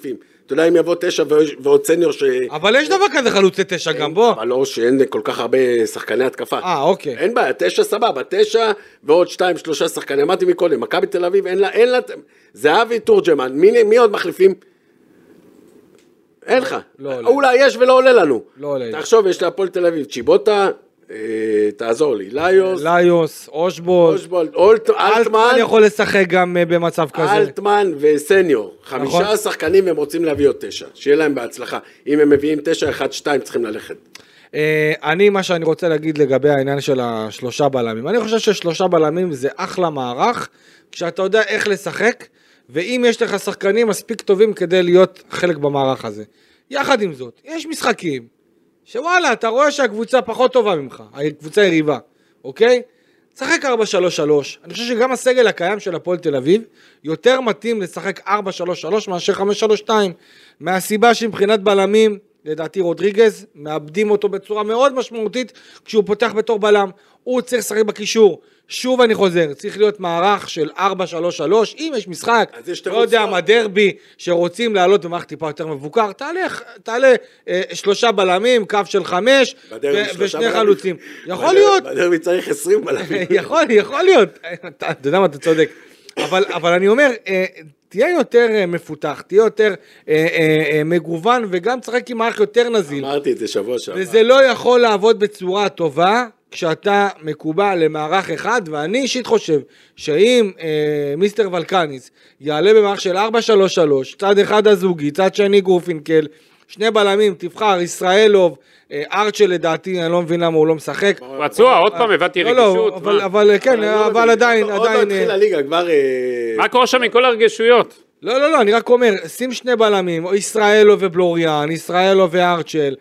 [SPEAKER 4] אתה יודע, אם יבוא 9 ועוד סניור
[SPEAKER 2] אבל יש דבר כזה חלוצי 9 גם בו.
[SPEAKER 4] אבל לא, שאין כל כך הרבה שחקני התקפה.
[SPEAKER 2] אוקיי.
[SPEAKER 4] אין בעיה, 9 סבבה, 9 ועוד 2-3 שחקנים. אמרתי מקודם, מכבי תל אביב, אין לה, זהבי תורג'מן, מי עוד מחליפים? אין לך. אולי יש ולא עולה לנו.
[SPEAKER 2] לא עולה.
[SPEAKER 4] תחשוב, יש להפועל תל אביב, צ'יבוטה, תעזור לי,
[SPEAKER 2] ליוס, אושבולט, אלטמן
[SPEAKER 4] יכול
[SPEAKER 2] לשחק גם במצב כזה.
[SPEAKER 4] אלטמן וסניור, 5 שחקנים הם רוצים להביא עוד 9, שיהיה להם בהצלחה. אם הם מביאים 9, 1, 2 צריכים ללכת.
[SPEAKER 2] מה שאני רוצה להגיד לגבי העניין של ה3 בלמים, אני חושב ש3 בלמים זה אחלה מערך, כשאתה יודע איך לשחק, ואם יש לך שחקנים מספיק טובים כדי להיות חלק במערך הזה. יחד עם זאת, יש משחקים, שוואלה, אתה רואה שהקבוצה פחות טובה ממך, הקבוצה יריבה, אוקיי? שחק 4-3-3, אני חושב שגם הסגל הקיים של הפועל תל אביב, יותר מתאים לשחק 4-3-3 מאשר 5-3-2, מהסיבה שמבחינת בלמים, לדעתי רודריגז, מאבדים אותו בצורה מאוד משמעותית, כשהוא פותח בתור בלם, הוא צריך לשחק בקישור, שוב אני חוזר, צריך להיות מערך של 4-3-3, אם יש משחק, לא יודע מה דרבי, שרוצים לעלות במערך טיפה יותר מבוקר, תעלה 3 בלמים, קו של 5, ושני חלוצים. יכול להיות.
[SPEAKER 4] בדרבי צריך 20 בלמים.
[SPEAKER 2] יכול להיות. אתה יודע מה, אתה צודק. אבל אני אומר, תהיה יותר מפותח, תהיה יותר מגוון, וגם תשחק עם מערך יותר נזיל.
[SPEAKER 4] אמרתי את זה שבוע שעבר.
[SPEAKER 2] וזה לא יכול לעבוד בצורה טובה, כשאתה מקובע למערך אחד, ואני אישית חושב, שאם מיסטר ולקניס יעלה במערך של 4-3-3, צד אחד הזוגי, צד שני גרופינקל, 2 בלמים, תבחר, ישראלוב, ארצ'ל לדעתי, אני לא מבין למה הוא לא משחק.
[SPEAKER 3] פצוע, עוד פעם הבאתי רגישות.
[SPEAKER 2] אבל כן, אבל עדיין.
[SPEAKER 4] עוד לא התחיל הליגה, כבר...
[SPEAKER 3] מה קורה שם מכל הרגישויות?
[SPEAKER 2] לא, אני רק אומר, שים 2 בלמים, ישראלוב ובלוריאן, ישראלוב וארצ'ל,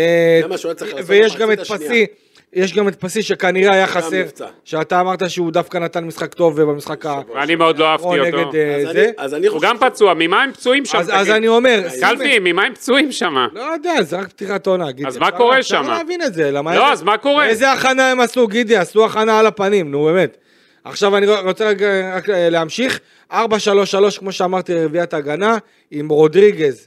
[SPEAKER 2] ויש גם את פסי, יש גם את פסי שכנראה היה חסר, שאתה אמרת שהוא דווקא נתן משחק טוב במשחק
[SPEAKER 3] ואני מאוד לא אהבתי אותו. הוא גם פצוע, ממה הם פצועים שם?
[SPEAKER 2] אז אני אומר...
[SPEAKER 3] קלפי, ממה הם פצועים שם?
[SPEAKER 2] לא יודע, זה רק פתיחת עונה, גידי.
[SPEAKER 3] אז מה קורה שם?
[SPEAKER 2] אפשר להבין את זה.
[SPEAKER 3] לא, אז מה קורה?
[SPEAKER 2] איזה הכנה הם עשו, גידי? עשו הכנה על הפנים, נו באמת. עכשיו אני רוצה רק להמשיך, 4-3-3 כמו שאמרתי רביעת ההגנה, עם רודריגז.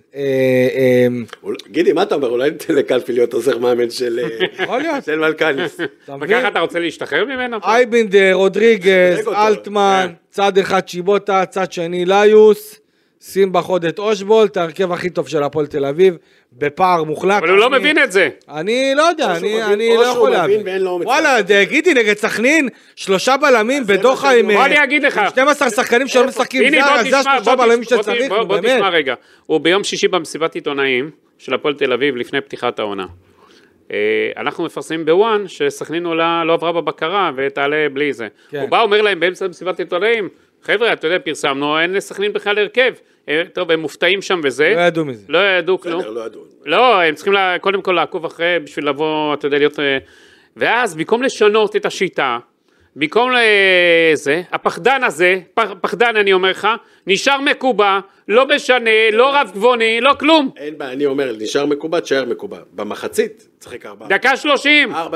[SPEAKER 4] גידי, מה אתה אומר? אולי ניתן לקלפי להיות עוזר מאמן של מלכניס.
[SPEAKER 3] וככה אתה רוצה להשתחרר ממנו?
[SPEAKER 2] אייבינדר, רודריגז, אלטמן, צד אחד צ'יבוטה, צד שני ליוס, שים בחוד את אושבולט, ההרכב הכי טוב של הפועל תל אביב, בפער מוחלט.
[SPEAKER 3] אבל הוא לא מבין את זה.
[SPEAKER 2] אני לא יודע, אני לא יכול להבין. וואלה, גידי נגד סכנין, 3 בלמים בדוחה עם 12 שחקנים שלא משחקים, זה 3 בלמים שצריך,
[SPEAKER 3] בוא תשמע רגע. הוא ביום שישי במסיבת עיתונאים של הפועל תל אביב לפני פתיחת העונה. אנחנו מפרסמים בוואן שסכנין לא עברה בבקרה ותעלה בלי זה. הוא בא אומר להם באמצע מסיבת עיתונאים, חבר'ה, אתה יודע, פרסמנו, אין לסכנין בכלל הרכב. טוב, הם מופתעים שם וזה.
[SPEAKER 2] לא ידעו מזה.
[SPEAKER 3] לא ידעו כלום. לא, הם צריכים קודם כל לעקוב אחרי, בשביל לבוא, אתה יודע, להיות... ואז, במקום לשנות את השיטה, במקום לזה, הפחדן הזה, פחדן אני אומר לך, נשאר מקובע, לא משנה, לא רב גבוני, לא כלום.
[SPEAKER 4] אין בעיה, אני אומר, נשאר מקובע, תשאר מקובע. במחצית, צחק 4.
[SPEAKER 3] דקה 30.
[SPEAKER 4] 4-3-3.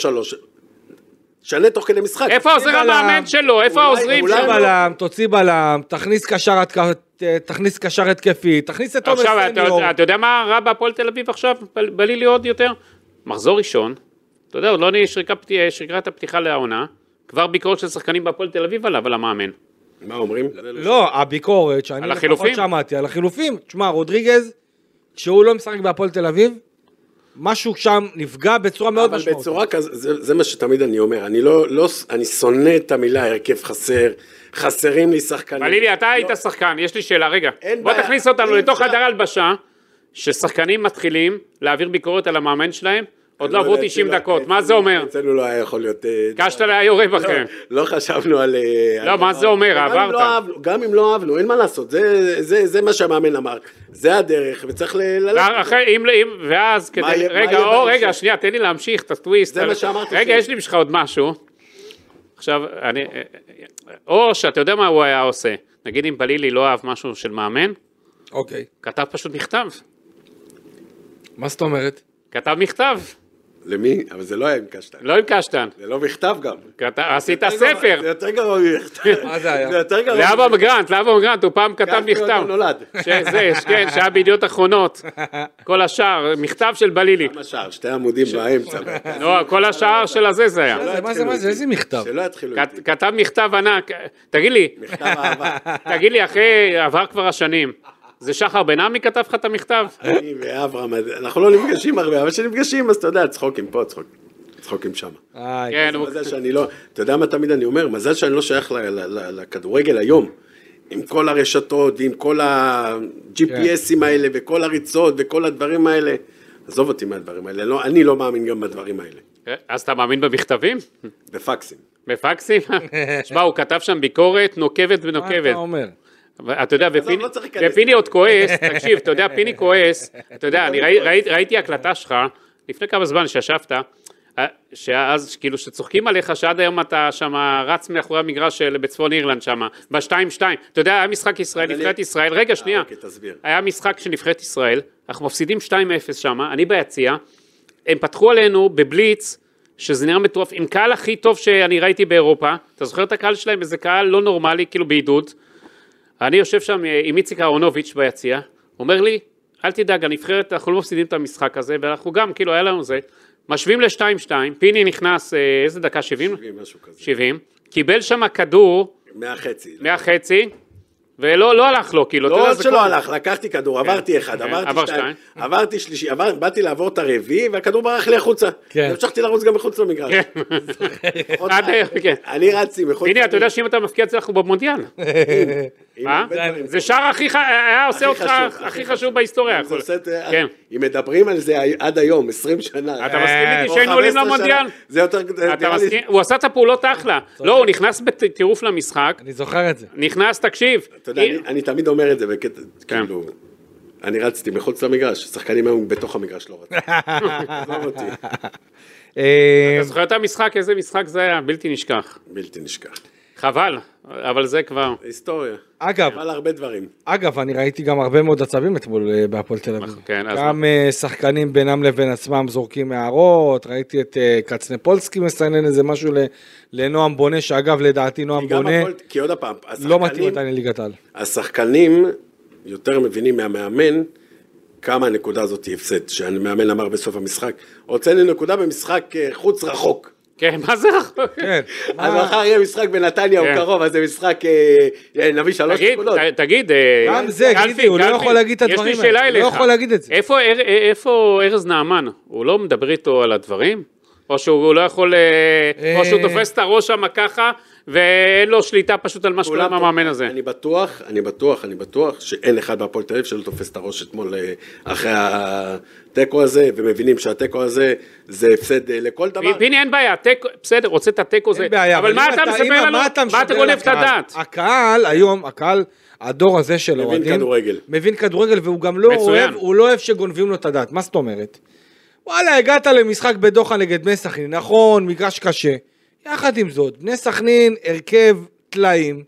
[SPEAKER 4] שנה תוך כדי משחק.
[SPEAKER 3] איפה עוזר המאמן שלו? איפה העוזרים שלו?
[SPEAKER 2] תוציא בלם, תכניס קשר התקפי, תכניס את תומר סניור.
[SPEAKER 3] עכשיו, אתה יודע מה רע בהפועל תל אביב עכשיו? בא לי עוד יותר? מחזור ראשון, אתה יודע, עוד לא שריקת הפתיחה לעונה, כבר ביקורת של שחקנים בהפועל תל אביב עליו, על המאמן.
[SPEAKER 4] מה אומרים?
[SPEAKER 2] לא, הביקורת שאני לפחות שמעתי, על החילופים. תשמע, רודריגז, כשהוא לא משחק בהפועל תל אביב, משהו שם נפגע בצורה מאוד משמעותית.
[SPEAKER 4] אבל בצורה כזה, זה מה שתמיד אני אומר, אני שונא את המילה הרכב חסרים לי שחקנים.
[SPEAKER 3] בלילי, אתה היית שחקן, יש לי שאלה, רגע, בוא תכניס אותנו לתוך חדר הלבשה, ששחקנים מתחילים להעביר ביקורת על המאמן שלהם, עוד לא עברו 90 דקות, מה זה אומר?
[SPEAKER 4] אצלנו לא היה יכול להיות...
[SPEAKER 3] קשטלה היה יורה בכם.
[SPEAKER 4] לא חשבנו על...
[SPEAKER 3] לא, מה זה אומר? עברת.
[SPEAKER 4] גם אם לא אהבנו, אין מה לעשות, זה מה שהמאמן אמר, זה הדרך, וצריך ללכת.
[SPEAKER 3] ואז כדי... רגע, שנייה, תן לי להמשיך את הטוויסט.
[SPEAKER 4] זה מה שאמרתי.
[SPEAKER 3] רגע, יש לי בשביל עוד משהו. עכשיו, או שאתה יודע מה הוא היה עושה, נגיד אם בלילי לא אהב משהו של מאמן,
[SPEAKER 2] אוקיי.
[SPEAKER 3] כתב פשוט מכתב.
[SPEAKER 2] מה זאת אומרת?
[SPEAKER 3] כתב מכתב.
[SPEAKER 4] למי? אבל זה לא היה עם קשטן.
[SPEAKER 3] לא עם קשטן.
[SPEAKER 4] זה לא מכתב גם.
[SPEAKER 3] עשית ספר.
[SPEAKER 4] זה יותר גרוע ממכתב.
[SPEAKER 2] מה זה היה?
[SPEAKER 4] זה יותר גרוע.
[SPEAKER 3] לאברהם גרנט, הוא פעם כתב מכתב.
[SPEAKER 4] נולד.
[SPEAKER 3] כן, שהיה בידיעות אחרונות. כל השאר, מכתב של בלילי.
[SPEAKER 4] כמה שער? 2 עמודים באמצע.
[SPEAKER 3] לא, כל השאר של הזה זה היה.
[SPEAKER 2] מה זה? איזה מכתב?
[SPEAKER 4] שלא יתחילו איתי.
[SPEAKER 3] כתב מכתב ענק. תגיד לי,
[SPEAKER 4] מכתב אהבה.
[SPEAKER 3] אחרי עבר כבר השנים, זה שחר בן עמי כתב לך את המכתב?
[SPEAKER 4] אני ואברהם, אנחנו לא נפגשים הרבה, אבל כשנפגשים, אז אתה יודע, צחוקים פה, צחוקים שם.
[SPEAKER 3] כן,
[SPEAKER 4] מזל שאני לא, אתה יודע מה תמיד אני אומר? מזל שאני לא שייך לכדורגל היום, עם כל הרשתות, ועם כל ה-GPSים האלה, וכל הריצות, וכל הדברים האלה. עזוב אותי מהדברים האלה, אני לא מאמין גם בדברים האלה.
[SPEAKER 3] אז אתה מאמין במכתבים?
[SPEAKER 4] בפקסים.
[SPEAKER 3] בפקסים? שמע, הוא כתב שם ביקורת נוקבת ונוקבת.
[SPEAKER 2] מה אתה אומר?
[SPEAKER 3] אתה יודע, ופיני עוד כועס, תקשיב, אתה יודע, פיני כועס, אתה יודע, אני ראיתי הקלטה שלך, לפני כמה זמן שישבת, שאז כאילו שצוחקים עליך, שעד היום אתה שם רץ מאחורי המגרש בצפון אירלנד שם, ב-2-2, אתה יודע, היה משחק ישראל, נבחרת ישראל, רגע, שנייה, היה משחק של נבחרת ישראל, אנחנו מפסידים 2-0 שם, אני ביציע, הם פתחו עלינו בבליץ, שזה נראה מטורף, עם קהל הכי טוב שאני ראיתי באירופה, אתה זוכר את הקהל שלהם, איזה קהל לא נורמלי, כאילו בעידוד, אני יושב שם עם איציק אהרונוביץ' ביציע, אומר לי, אל תדאג, הנבחרת, אנחנו לא מפסידים את המשחק הזה, ואנחנו גם, כאילו, היה לנו זה, משווים ל-2-2, פיני נכנס, איזה דקה, 70?
[SPEAKER 4] 70, משהו כזה.
[SPEAKER 3] 70, קיבל שם כדור, מהחצי, ולא הלך לו, כאילו,
[SPEAKER 4] לא רק שלא הלך, לקחתי כדור, עברתי אחד, עברתי 2, עברתי שלישי, באתי לעבור את הרביעי, והכדור ברח לי החוצה. המשכתי לרוץ גם מחוץ למגרש. אני רצתי מחוץ למגרש.
[SPEAKER 3] הנה, אתה יודע שאם אתה מפקיע את זה, אנחנו במונדיאל. זה שער היה עושה אותך הכי חשוב בהיסטוריה.
[SPEAKER 4] אם מדברים על זה עד היום, 20 שנה.
[SPEAKER 3] אתה מסכים איתי שהיינו עולים למונדיאל?
[SPEAKER 4] זה יותר...
[SPEAKER 3] הוא עשה את הפעולות אחלה. לא, הוא נכנס בטירוף למשחק.
[SPEAKER 2] אני זוכר את זה.
[SPEAKER 3] נכנס, תקשיב.
[SPEAKER 4] אתה יודע, אני תמיד אומר את זה, כאילו, אני רצתי מחוץ למגרש, שחקנים היום בתוך המגרש לא רצתי. עזוב אותי.
[SPEAKER 3] אתה זוכר את המשחק, איזה משחק זה היה? בלתי נשכח.
[SPEAKER 4] בלתי נשכח.
[SPEAKER 3] חבל, אבל זה כבר...
[SPEAKER 4] היסטוריה.
[SPEAKER 2] אגב,
[SPEAKER 4] חבל הרבה דברים.
[SPEAKER 2] אגב, אני ראיתי גם הרבה מאוד עצבים אתמול בהפועל תל אביב. גם שחקנים בינם לבין עצמם זורקים מערות, ראיתי את קצנפולסקי מסנן איזה משהו לנועם בונה, שאגב לדעתי נועם בונה
[SPEAKER 4] כי עוד הפעם,
[SPEAKER 2] לא מתאים אותה לליגת העל.
[SPEAKER 4] השחקנים יותר מבינים מהמאמן כמה הנקודה הזאת היא הפסד, שהמאמן אמר בסוף המשחק, רוצה לי נקודה במשחק חוץ רחוק.
[SPEAKER 3] כן, מה זה רחוק?
[SPEAKER 4] אז מחר יהיה משחק בנתניה, הוא קרוב, אז זה משחק, נביא 3 נקודות.
[SPEAKER 3] תגיד,
[SPEAKER 2] גם זה, גידי, הוא לא יכול להגיד את הדברים האלה.
[SPEAKER 3] יש לי שאלה אליך.
[SPEAKER 2] לא יכול להגיד את זה.
[SPEAKER 3] איפה ארז נעמן? הוא לא מדבר איתו על הדברים? או שהוא לא יכול, או שהוא תופס את הראש שם ככה, ואין לו שליטה פשוט על מה שקורה מהמאמן הזה.
[SPEAKER 4] אני בטוח שאין אחד בהפועל תל אביב שלא תופס את הראש אתמול אחרי הטקו הזה, ומבינים שהטקו הזה זה הפסד לכל דבר.
[SPEAKER 3] פיני אין בעיה, בסדר, רוצה את הטקו הזה, אבל מה אתה מספר לנו? מה אתה גונב את הדעת?
[SPEAKER 2] הקהל היום, הדור הזה של האוהדים, מבין כדורגל, והוא גם לא אוהב שגונבים לו את הדעת. מה זאת אומרת? וואלה, הגעת למשחק בדוחה נגד בני סכנין, נכון, מגרש קשה. יחד עם זאת, בני סכנין, הרכב טלאים.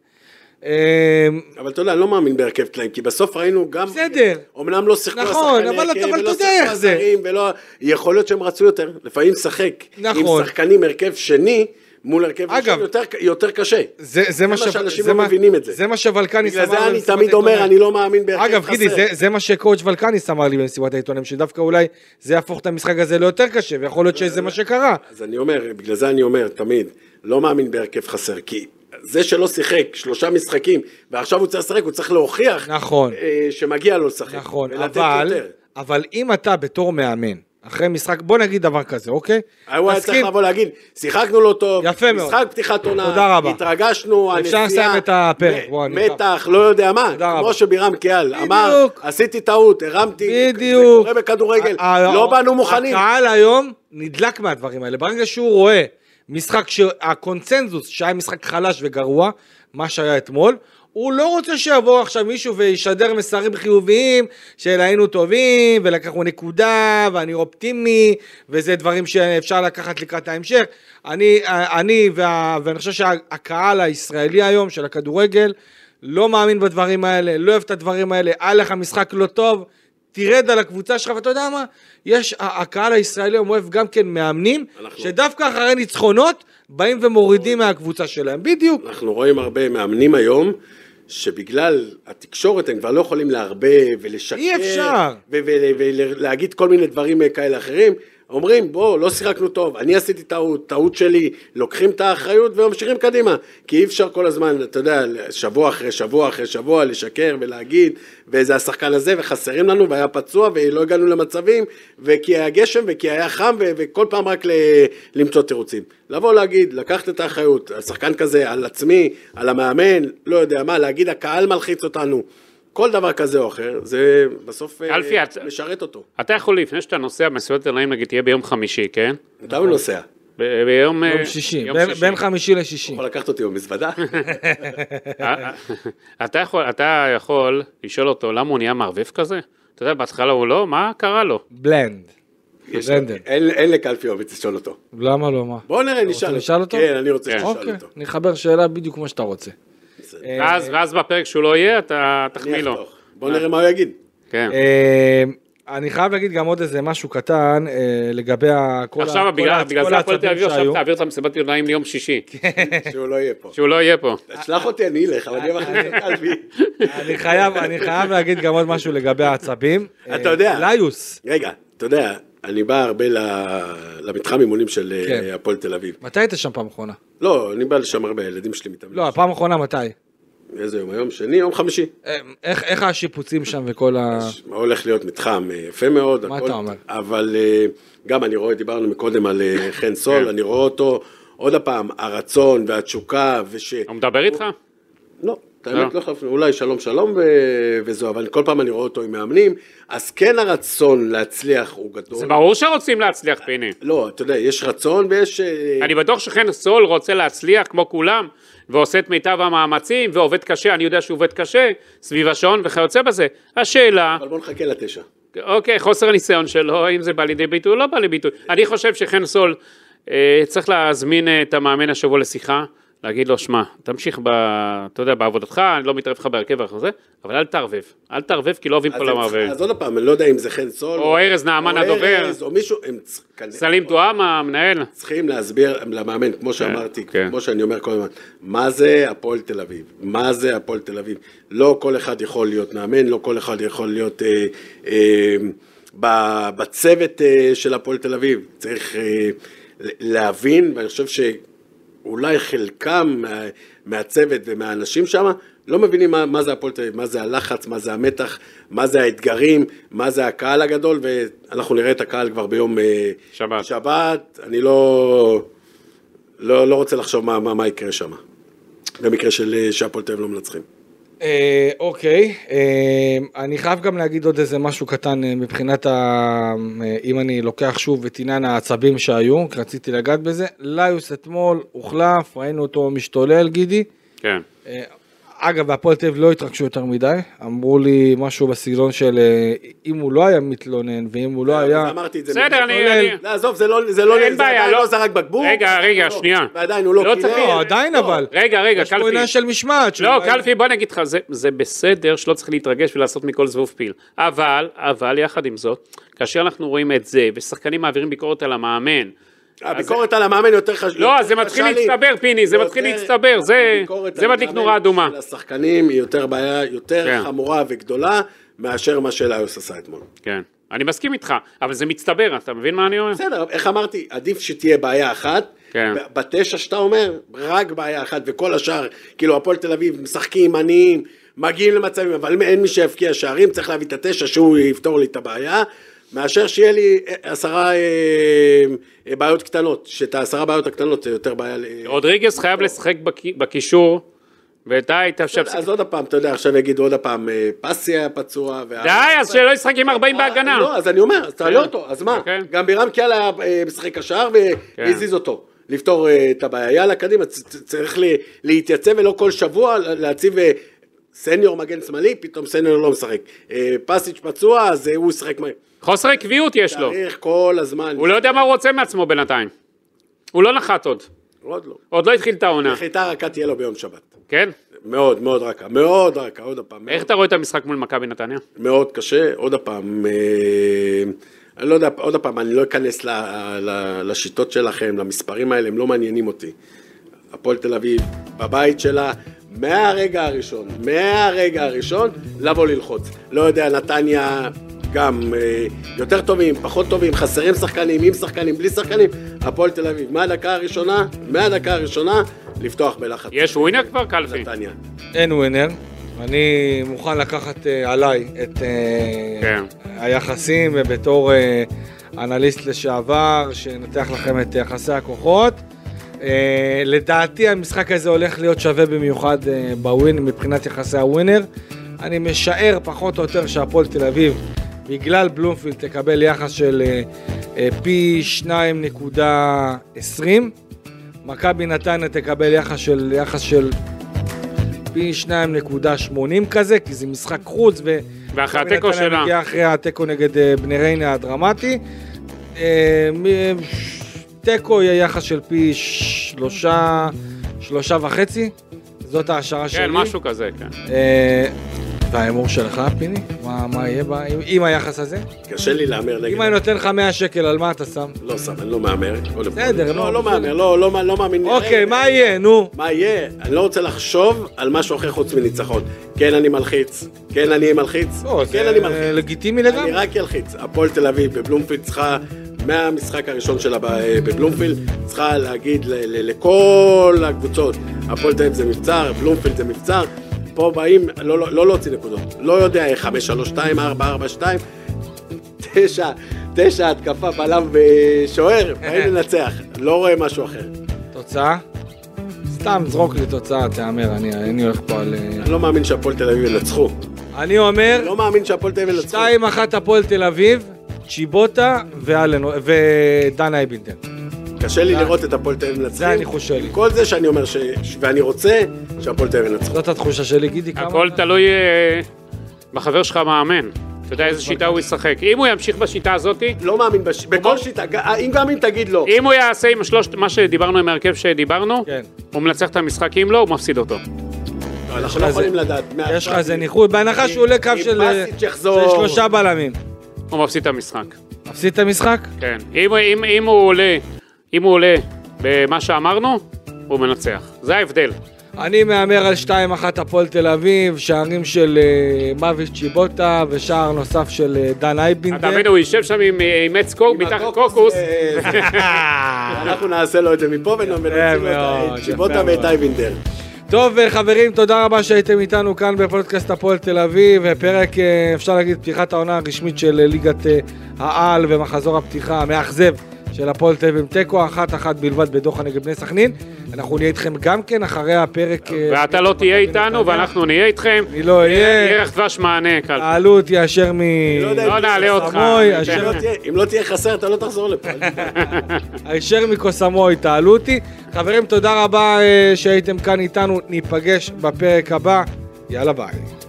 [SPEAKER 4] אבל אתה יודע, אני לא מאמין בהרכב טלאים, כי בסוף ראינו גם...
[SPEAKER 2] בסדר.
[SPEAKER 4] אמנם לא שיחקו
[SPEAKER 2] נכון, אבל אתה יודע איך זה.
[SPEAKER 4] יכול להיות שהם רצו יותר, לפעמים שחק. עם שחקנים הרכב שני, מול הרכב יותר קשה.
[SPEAKER 2] זה מה
[SPEAKER 4] שאנשים לא מבינים את זה.
[SPEAKER 2] זה מה שוולקניס אמר.
[SPEAKER 4] בגלל זה אני תמיד אומר, אני לא מאמין בהרכב חסר.
[SPEAKER 2] אגב, גידי, זה מה שקואץ' וולקניס אמר לי במסיבת העיתונאים, שדווקא אולי זה יהפוך את המשחק הזה ליותר קשה, ויכול להיות שזה מה שקרה.
[SPEAKER 4] אז אני אומר, בגלל זה אני אומר, תמיד, לא מאמין בהרכב חסר, כי זה שלא שיחק 3 משחקים, ועכשיו הוא צריך לשחק, הוא צריך להוכיח שמגיע לו לשחק.
[SPEAKER 2] נכון, אבל אם אתה בתור מאמן, אחרי משחק, בוא נגיד דבר כזה, אוקיי?
[SPEAKER 4] הוא היה צריך לבוא להגיד, שיחקנו לא טוב, משחק פתיחת עונה, התרגשנו,
[SPEAKER 2] הנסיעה,
[SPEAKER 4] מתח, לא יודע מה, כמו שבירם קיאל אמר, עשיתי טעות, הרמתי, זה קורה בכדורגל, לא באנו מוכנים.
[SPEAKER 2] הקהל היום נדלק מהדברים האלה, ברגע שהוא רואה משחק שהקונצנזוס, שהיה משחק חלש וגרוע, מה שהיה אתמול, הוא לא רוצה שיבוא עכשיו מישהו וישדר מסרים חיוביים של היינו טובים ולקחנו נקודה ואני אופטימי וזה דברים שאפשר לקחת לקראת ההמשך. ואני חושב שהקהל הישראלי היום של הכדורגל לא מאמין בדברים האלה, לא אוהב את הדברים האלה, היה לך משחק לא טוב, תרד על הקבוצה שלך, ואתה יודע מה? יש, הקהל הישראלי אוהב גם כן מאמנים, שדווקא אחרי ניצחונות, באים ומורידים מהקבוצה שלהם, בדיוק.
[SPEAKER 4] אנחנו רואים הרבה מאמנים היום, שבגלל התקשורת הם כבר לא יכולים להרבה ולשקר.
[SPEAKER 2] אי אפשר.
[SPEAKER 4] ולהגיד כל מיני דברים כאלה אחרים. אומרים, בוא, לא שיחקנו טוב, אני עשיתי טעות שלי, לוקחים את האחריות וממשיכים קדימה. כי אי אפשר כל הזמן, אתה יודע, שבוע אחרי שבוע אחרי שבוע, לשקר ולהגיד, וזה השחקן הזה, וחסרים לנו, והיה פצוע, ולא הגענו למצבים, וכי היה גשם, וכי היה חם, וכל פעם רק למצוא תירוצים. לבוא להגיד, לקחת את האחריות, השחקן כזה, על עצמי, על המאמן, לא יודע מה, להגיד, הקהל מלחיץ אותנו. כל דבר כזה או אחר, זה בסוף משרת אותו.
[SPEAKER 3] אתה יכול לפני שאתה נוסע מסיבות עיתונאים, נגיד, תהיה ביום חמישי, כן?
[SPEAKER 4] אתה נוסע.
[SPEAKER 3] ביום
[SPEAKER 2] שישי, בין חמישי לשישי.
[SPEAKER 4] יכול לקחת אותי במזוודה?
[SPEAKER 3] אתה יכול לשאול אותו, למה הוא נהיה מערבב כזה? אתה יודע, בהתחלה הוא לא, מה קרה לו?
[SPEAKER 2] בלנד.
[SPEAKER 4] אין לקלפיוביץ לשאול אותו.
[SPEAKER 2] למה לא, מה?
[SPEAKER 4] בוא נראה, נשאל אותו. כן, אני רוצה לשאול אותו.
[SPEAKER 2] אני אחבר שאלה בדיוק כמו שאתה רוצה.
[SPEAKER 3] ואז בפרק שהוא לא יהיה, אתה תחמיא לו.
[SPEAKER 4] בוא נראה מה הוא יגיד.
[SPEAKER 3] כן.
[SPEAKER 2] אני חייב להגיד גם עוד איזה משהו קטן לגבי כל
[SPEAKER 3] עכשיו, בגלל זה הפועל תל אביב עכשיו תעביר את המסיבת עיתונאים ליום שישי.
[SPEAKER 4] שהוא לא יהיה פה.
[SPEAKER 3] שהוא לא יהיה פה.
[SPEAKER 4] תשלח אותי, אני אלך, אבל אני מחליט את קלפי.
[SPEAKER 2] אני חייב להגיד גם עוד משהו לגבי העצבים.
[SPEAKER 4] אתה יודע.
[SPEAKER 2] ליוס.
[SPEAKER 4] רגע, אתה יודע, אני בא הרבה למתחם אימונים של הפועל תל אביב.
[SPEAKER 2] מתי היית שם פעם אחרונה?
[SPEAKER 4] לא, אני בא לשם הרבה, ילדים שלי מתאמנים.
[SPEAKER 2] לא, הפעם האחרונה מתי?
[SPEAKER 4] איזה יום? היום שני, יום חמישי.
[SPEAKER 2] איך השיפוצים שם וכל
[SPEAKER 4] הולך להיות מתחם יפה מאוד.
[SPEAKER 2] מה אתה אומר?
[SPEAKER 4] אבל גם אני רואה, דיברנו מקודם על חן סול, אני רואה אותו עוד הפעם, הרצון והתשוקה
[SPEAKER 3] הוא מדבר איתך?
[SPEAKER 4] לא. האמת לא חלפנו, אולי שלום שלום וזו, אבל כל פעם אני רואה אותו עם מאמנים, אז כן הרצון להצליח הוא גדול.
[SPEAKER 3] זה ברור שרוצים להצליח, פיני.
[SPEAKER 4] לא, אתה יודע, יש רצון ויש...
[SPEAKER 3] אני בטוח שכן סול רוצה להצליח כמו כולם, ועושה את מיטב המאמצים, ועובד קשה, אני יודע שהוא עובד קשה, סביב השעון וכיוצא בזה. השאלה...
[SPEAKER 4] אבל בוא נחכה לתשע.
[SPEAKER 3] אוקיי, חוסר הניסיון שלו, אם זה בא לידי ביטוי או לא בא לידי ביטוי. אני חושב שכן סול צריך להזמין את המאמן השבוע לשיחה, להגיד לו, שמע, תמשיך אתה יודע, בעבודתך, אני לא מתערב לך בהרכב אחר זה, אבל אל תערבב, כי לא אוהבים כל המערבים.
[SPEAKER 4] אז עוד פעם, אני לא יודע אם זה חן סול,
[SPEAKER 3] או ארז נעמן הדובר,
[SPEAKER 4] או מישהו,
[SPEAKER 3] סלים תואם, המנהל.
[SPEAKER 4] צריכים להסביר למאמן, כמו שאמרתי, כמו שאני אומר כל הזמן, מה זה הפועל תל אביב? מה זה הפועל תל אביב? לא כל אחד יכול להיות מאמן, לא כל אחד יכול להיות בצוות של הפועל תל אביב. צריך להבין, ואני חושב אולי חלקם מהצוות ומהאנשים שם, לא מבינים מה זה הפועל תל אביב, מה זה הלחץ, מה זה המתח, מה זה האתגרים, מה זה הקהל הגדול, ואנחנו נראה את הקהל כבר ביום שבת. אני לא רוצה לחשוב מה יקרה שם, במקרה של שהפועל תל אביב לא מנצחים.
[SPEAKER 2] אוקיי, אני חייב גם להגיד עוד איזה משהו קטן מבחינת, אם אני לוקח שוב את עניין העצבים שהיו, כי רציתי לגעת בזה, ליוס אתמול הוחלף, ראינו אותו משתולל, גידי.
[SPEAKER 3] כן.
[SPEAKER 2] אגב, הפועל תל אביב לא התרגשו יותר מדי, אמרו לי משהו בסגנון של אם הוא לא היה מתלונן, ואם הוא לא היה...
[SPEAKER 4] אמרתי את זה.
[SPEAKER 3] בסדר, אני...
[SPEAKER 4] לעזוב, זה לא...
[SPEAKER 3] אין בעיה,
[SPEAKER 4] לא זרק בקבוק.
[SPEAKER 3] רגע, שנייה.
[SPEAKER 4] ועדיין הוא לא קילל.
[SPEAKER 2] לא, עדיין אבל.
[SPEAKER 3] רגע,
[SPEAKER 2] יש פה עניין של משמעת.
[SPEAKER 3] לא, קלפי, בוא נגיד לך, זה בסדר שלא צריך להתרגש ולעשות מכל זבוב פיל. אבל יחד עם זאת, כאשר אנחנו רואים את זה, ושחקנים מעבירים ביקורת על המאמן,
[SPEAKER 4] הביקורת על המאמן יותר חשוב.
[SPEAKER 3] לא, זה מתחיל להצטבר, פיני, זה מתחיל להצטבר, זה מדליק נורה אדומה.
[SPEAKER 4] השחקנים היא יותר בעיה, יותר חמורה וגדולה, מאשר מה שליוס עשה אתמול.
[SPEAKER 3] כן, אני מסכים איתך, אבל זה מצטבר, אתה מבין מה אני אומר?
[SPEAKER 4] בסדר, איך אמרתי, עדיף שתהיה בעיה אחת, בתשע שאתה אומר, רק בעיה אחת, וכל השאר, כאילו הפועל תל אביב משחקים עניים, מגיעים למצבים, אבל אין מי שיפקיע שערים, צריך להביא את התשע שהוא יפתור לי את הבעיה, מאשר שיהיה לי 10 בעיות קטנות, שאת 10 בעיות הקטנות זה יותר בעיה...
[SPEAKER 3] רודריגז חייב לשחק בקישור, ואתה היית עכשיו...
[SPEAKER 4] אז עוד הפעם, אתה יודע, עכשיו יגידו עוד הפעם, פסי היה פצוע...
[SPEAKER 3] די, אז שלא ישחק עם 40 בהגנה.
[SPEAKER 4] לא, אז אני אומר, אז תעלה אותו, אז מה? גם בירם קיאל היה משחק השער והזיז אותו, לפתור את הבעיה. יאללה, קדימה, צריך להתייצב ולא כל שבוע להציב... סניור מגן שמאלי, פתאום סניור לא משחק. פסיץ' פצוע, אז הוא ישחק מהר.
[SPEAKER 3] חוסר עקביות יש לו.
[SPEAKER 4] צריך כל הזמן.
[SPEAKER 3] הוא לא יודע מה הוא רוצה מעצמו בינתיים. הוא לא נחת עוד.
[SPEAKER 4] עוד לא.
[SPEAKER 3] עוד לא התחיל את העונה.
[SPEAKER 4] נחיתה רכה תהיה לו ביום שבת.
[SPEAKER 3] כן?
[SPEAKER 4] מאוד, מאוד רכה, מאוד רכה, עוד הפעם.
[SPEAKER 3] איך אתה רואה את המשחק מול מכבי נתניה?
[SPEAKER 4] מאוד קשה, עוד הפעם, אני לא יודע, עוד הפעם, אני לא אכנס לשיטות שלכם, למספרים האלה, הם לא מעניינים אותי. הפועל תל אביב, בבית שלה, מהרגע הראשון, לבוא ללחוץ. לא יודע, נתניה גם יותר טובים, פחות טובים, חסרים שחקנים, עם שחקנים, בלי שחקנים. הפועל תל אביב, מהדקה הראשונה, לפתוח בלחץ.
[SPEAKER 3] יש ווינר כבר, קלפי?
[SPEAKER 4] נתניה.
[SPEAKER 2] אין ווינר. אני מוכן לקחת עליי את היחסים, ובתור אנליסט לשעבר, שנתח לכם את יחסי הכוחות. לדעתי המשחק הזה הולך להיות שווה במיוחד בווינר, מבחינת יחסי הווינר. אני משער פחות או יותר שהפועל תל אביב, בגלל בלומפילד, תקבל יחס של פי 2.20. מכבי נתניה תקבל יחס של פי 2.80 כזה, כי זה משחק חוץ,
[SPEAKER 3] ואחרי התיקו שלה.
[SPEAKER 2] מגיע אחרי התיקו נגד בני ריינה הדרמטי. תיקו יהיה יחס של פי 3.5, זאת ההשערה שלי.
[SPEAKER 3] כן, משהו כזה, כן.
[SPEAKER 2] והאמור שלך, פיני? מה יהיה עם היחס הזה?
[SPEAKER 4] קשה לי להמר נגד.
[SPEAKER 2] אם אני נותן לך 100 שקל, על מה אתה שם?
[SPEAKER 4] לא שם, אני לא מאמר.
[SPEAKER 2] בסדר,
[SPEAKER 4] לא מאמר, לא מאמין.
[SPEAKER 2] אוקיי, מה יהיה, נו?
[SPEAKER 4] מה יהיה? אני לא רוצה לחשוב על משהו אחר חוץ מניצחון. כן, אני מלחיץ. כן, אני מלחיץ.
[SPEAKER 2] זה לגיטימי לגמרי.
[SPEAKER 4] אני רק ילחיץ. הפועל תל אביב בבלומפילד צריכה, מהמשחק הראשון שלה בבלומפילד, צריכה להגיד לכל הקבוצות, הפועל תל אביב זה מבצר, בלומפילד זה מבצר. פה באים, לא להוציא נקודות, לא יודע, 5-3-2, 4-4-2, 9 התקפה בלם ושוער, באים לנצח, לא רואה משהו אחר.
[SPEAKER 2] תוצאה? סתם זרוק לי תוצאה, תאמר, אני הולך פה על...
[SPEAKER 4] אני לא מאמין שהפועל תל אביב ינצחו.
[SPEAKER 2] אני אומר...
[SPEAKER 4] לא מאמין שהפועל תל אביב ינצחו.
[SPEAKER 2] 2-1 הפועל תל אביב, צ'יבוטה ודן אייבינדר.
[SPEAKER 4] קשה לי לראות את הפועל תל אביב מנצחים.
[SPEAKER 2] זה הניחוש שלי.
[SPEAKER 4] כל זה שאני אומר ואני רוצה שהפועל תל אביב ינצחו.
[SPEAKER 2] זאת התחושה שלי, גידי, כמה?
[SPEAKER 3] הכל תלוי בחבר שלך מאמן. אתה יודע איזה שיטה הוא ישחק. אם הוא ימשיך בשיטה הזאת...
[SPEAKER 4] לא מאמין בכל שיטה, גם אם תגיד לא.
[SPEAKER 3] אם הוא יעשה עם מה שדיברנו, עם ההרכב שדיברנו, הוא מנצח את המשחק, אם לא, הוא מפסיד אותו.
[SPEAKER 4] אנחנו לא יכולים לדעת.
[SPEAKER 2] יש לך איזה ניחוד, בהנחה שהוא עולה קו של 3 בלמים.
[SPEAKER 3] הוא מפסיד את המשחק.
[SPEAKER 2] מפסיד את המשחק?
[SPEAKER 3] כן. אם הוא עולה במה שאמרנו, הוא מנצח. זה ההבדל.
[SPEAKER 2] אני מאמר על 2-1 הפועל תל אביב, שערים של מויס צ'יבוטה ושער נוסף של דן אייבינדר.
[SPEAKER 3] אתה מבין, הוא יישב שם עם עץ מתחת קוקוס.
[SPEAKER 4] אנחנו נעשה לו את זה מפה ונוציא לו את צ'יבוטה ואת אייבינדר.
[SPEAKER 2] טוב חברים, תודה רבה שהייתם איתנו כאן בפודקאסט הפועל תל אביב, פרק אפשר להגיד פתיחת העונה הרשמית של ליגת העל ומחזור הפתיחה המאכזב של הפועל תל אביב עם תיקו 1-1 בלבד בדוחה נגד בני סכנין. אנחנו נהיה איתכם גם כן אחרי הפרק.
[SPEAKER 3] ואתה לא תהיה איתנו ואנחנו נהיה איתכם.
[SPEAKER 2] אני לא אהיה.
[SPEAKER 3] ירח דבש מענה.
[SPEAKER 2] העלו אותי אשר
[SPEAKER 3] לא נעלה אותך.
[SPEAKER 4] אם לא תהיה חסר אתה לא תחזור לפה.
[SPEAKER 2] הישר מקוסמוי תעלו אותי. חברים, תודה רבה שהייתם כאן איתנו, ניפגש בפרק הבא, יאללה ביי.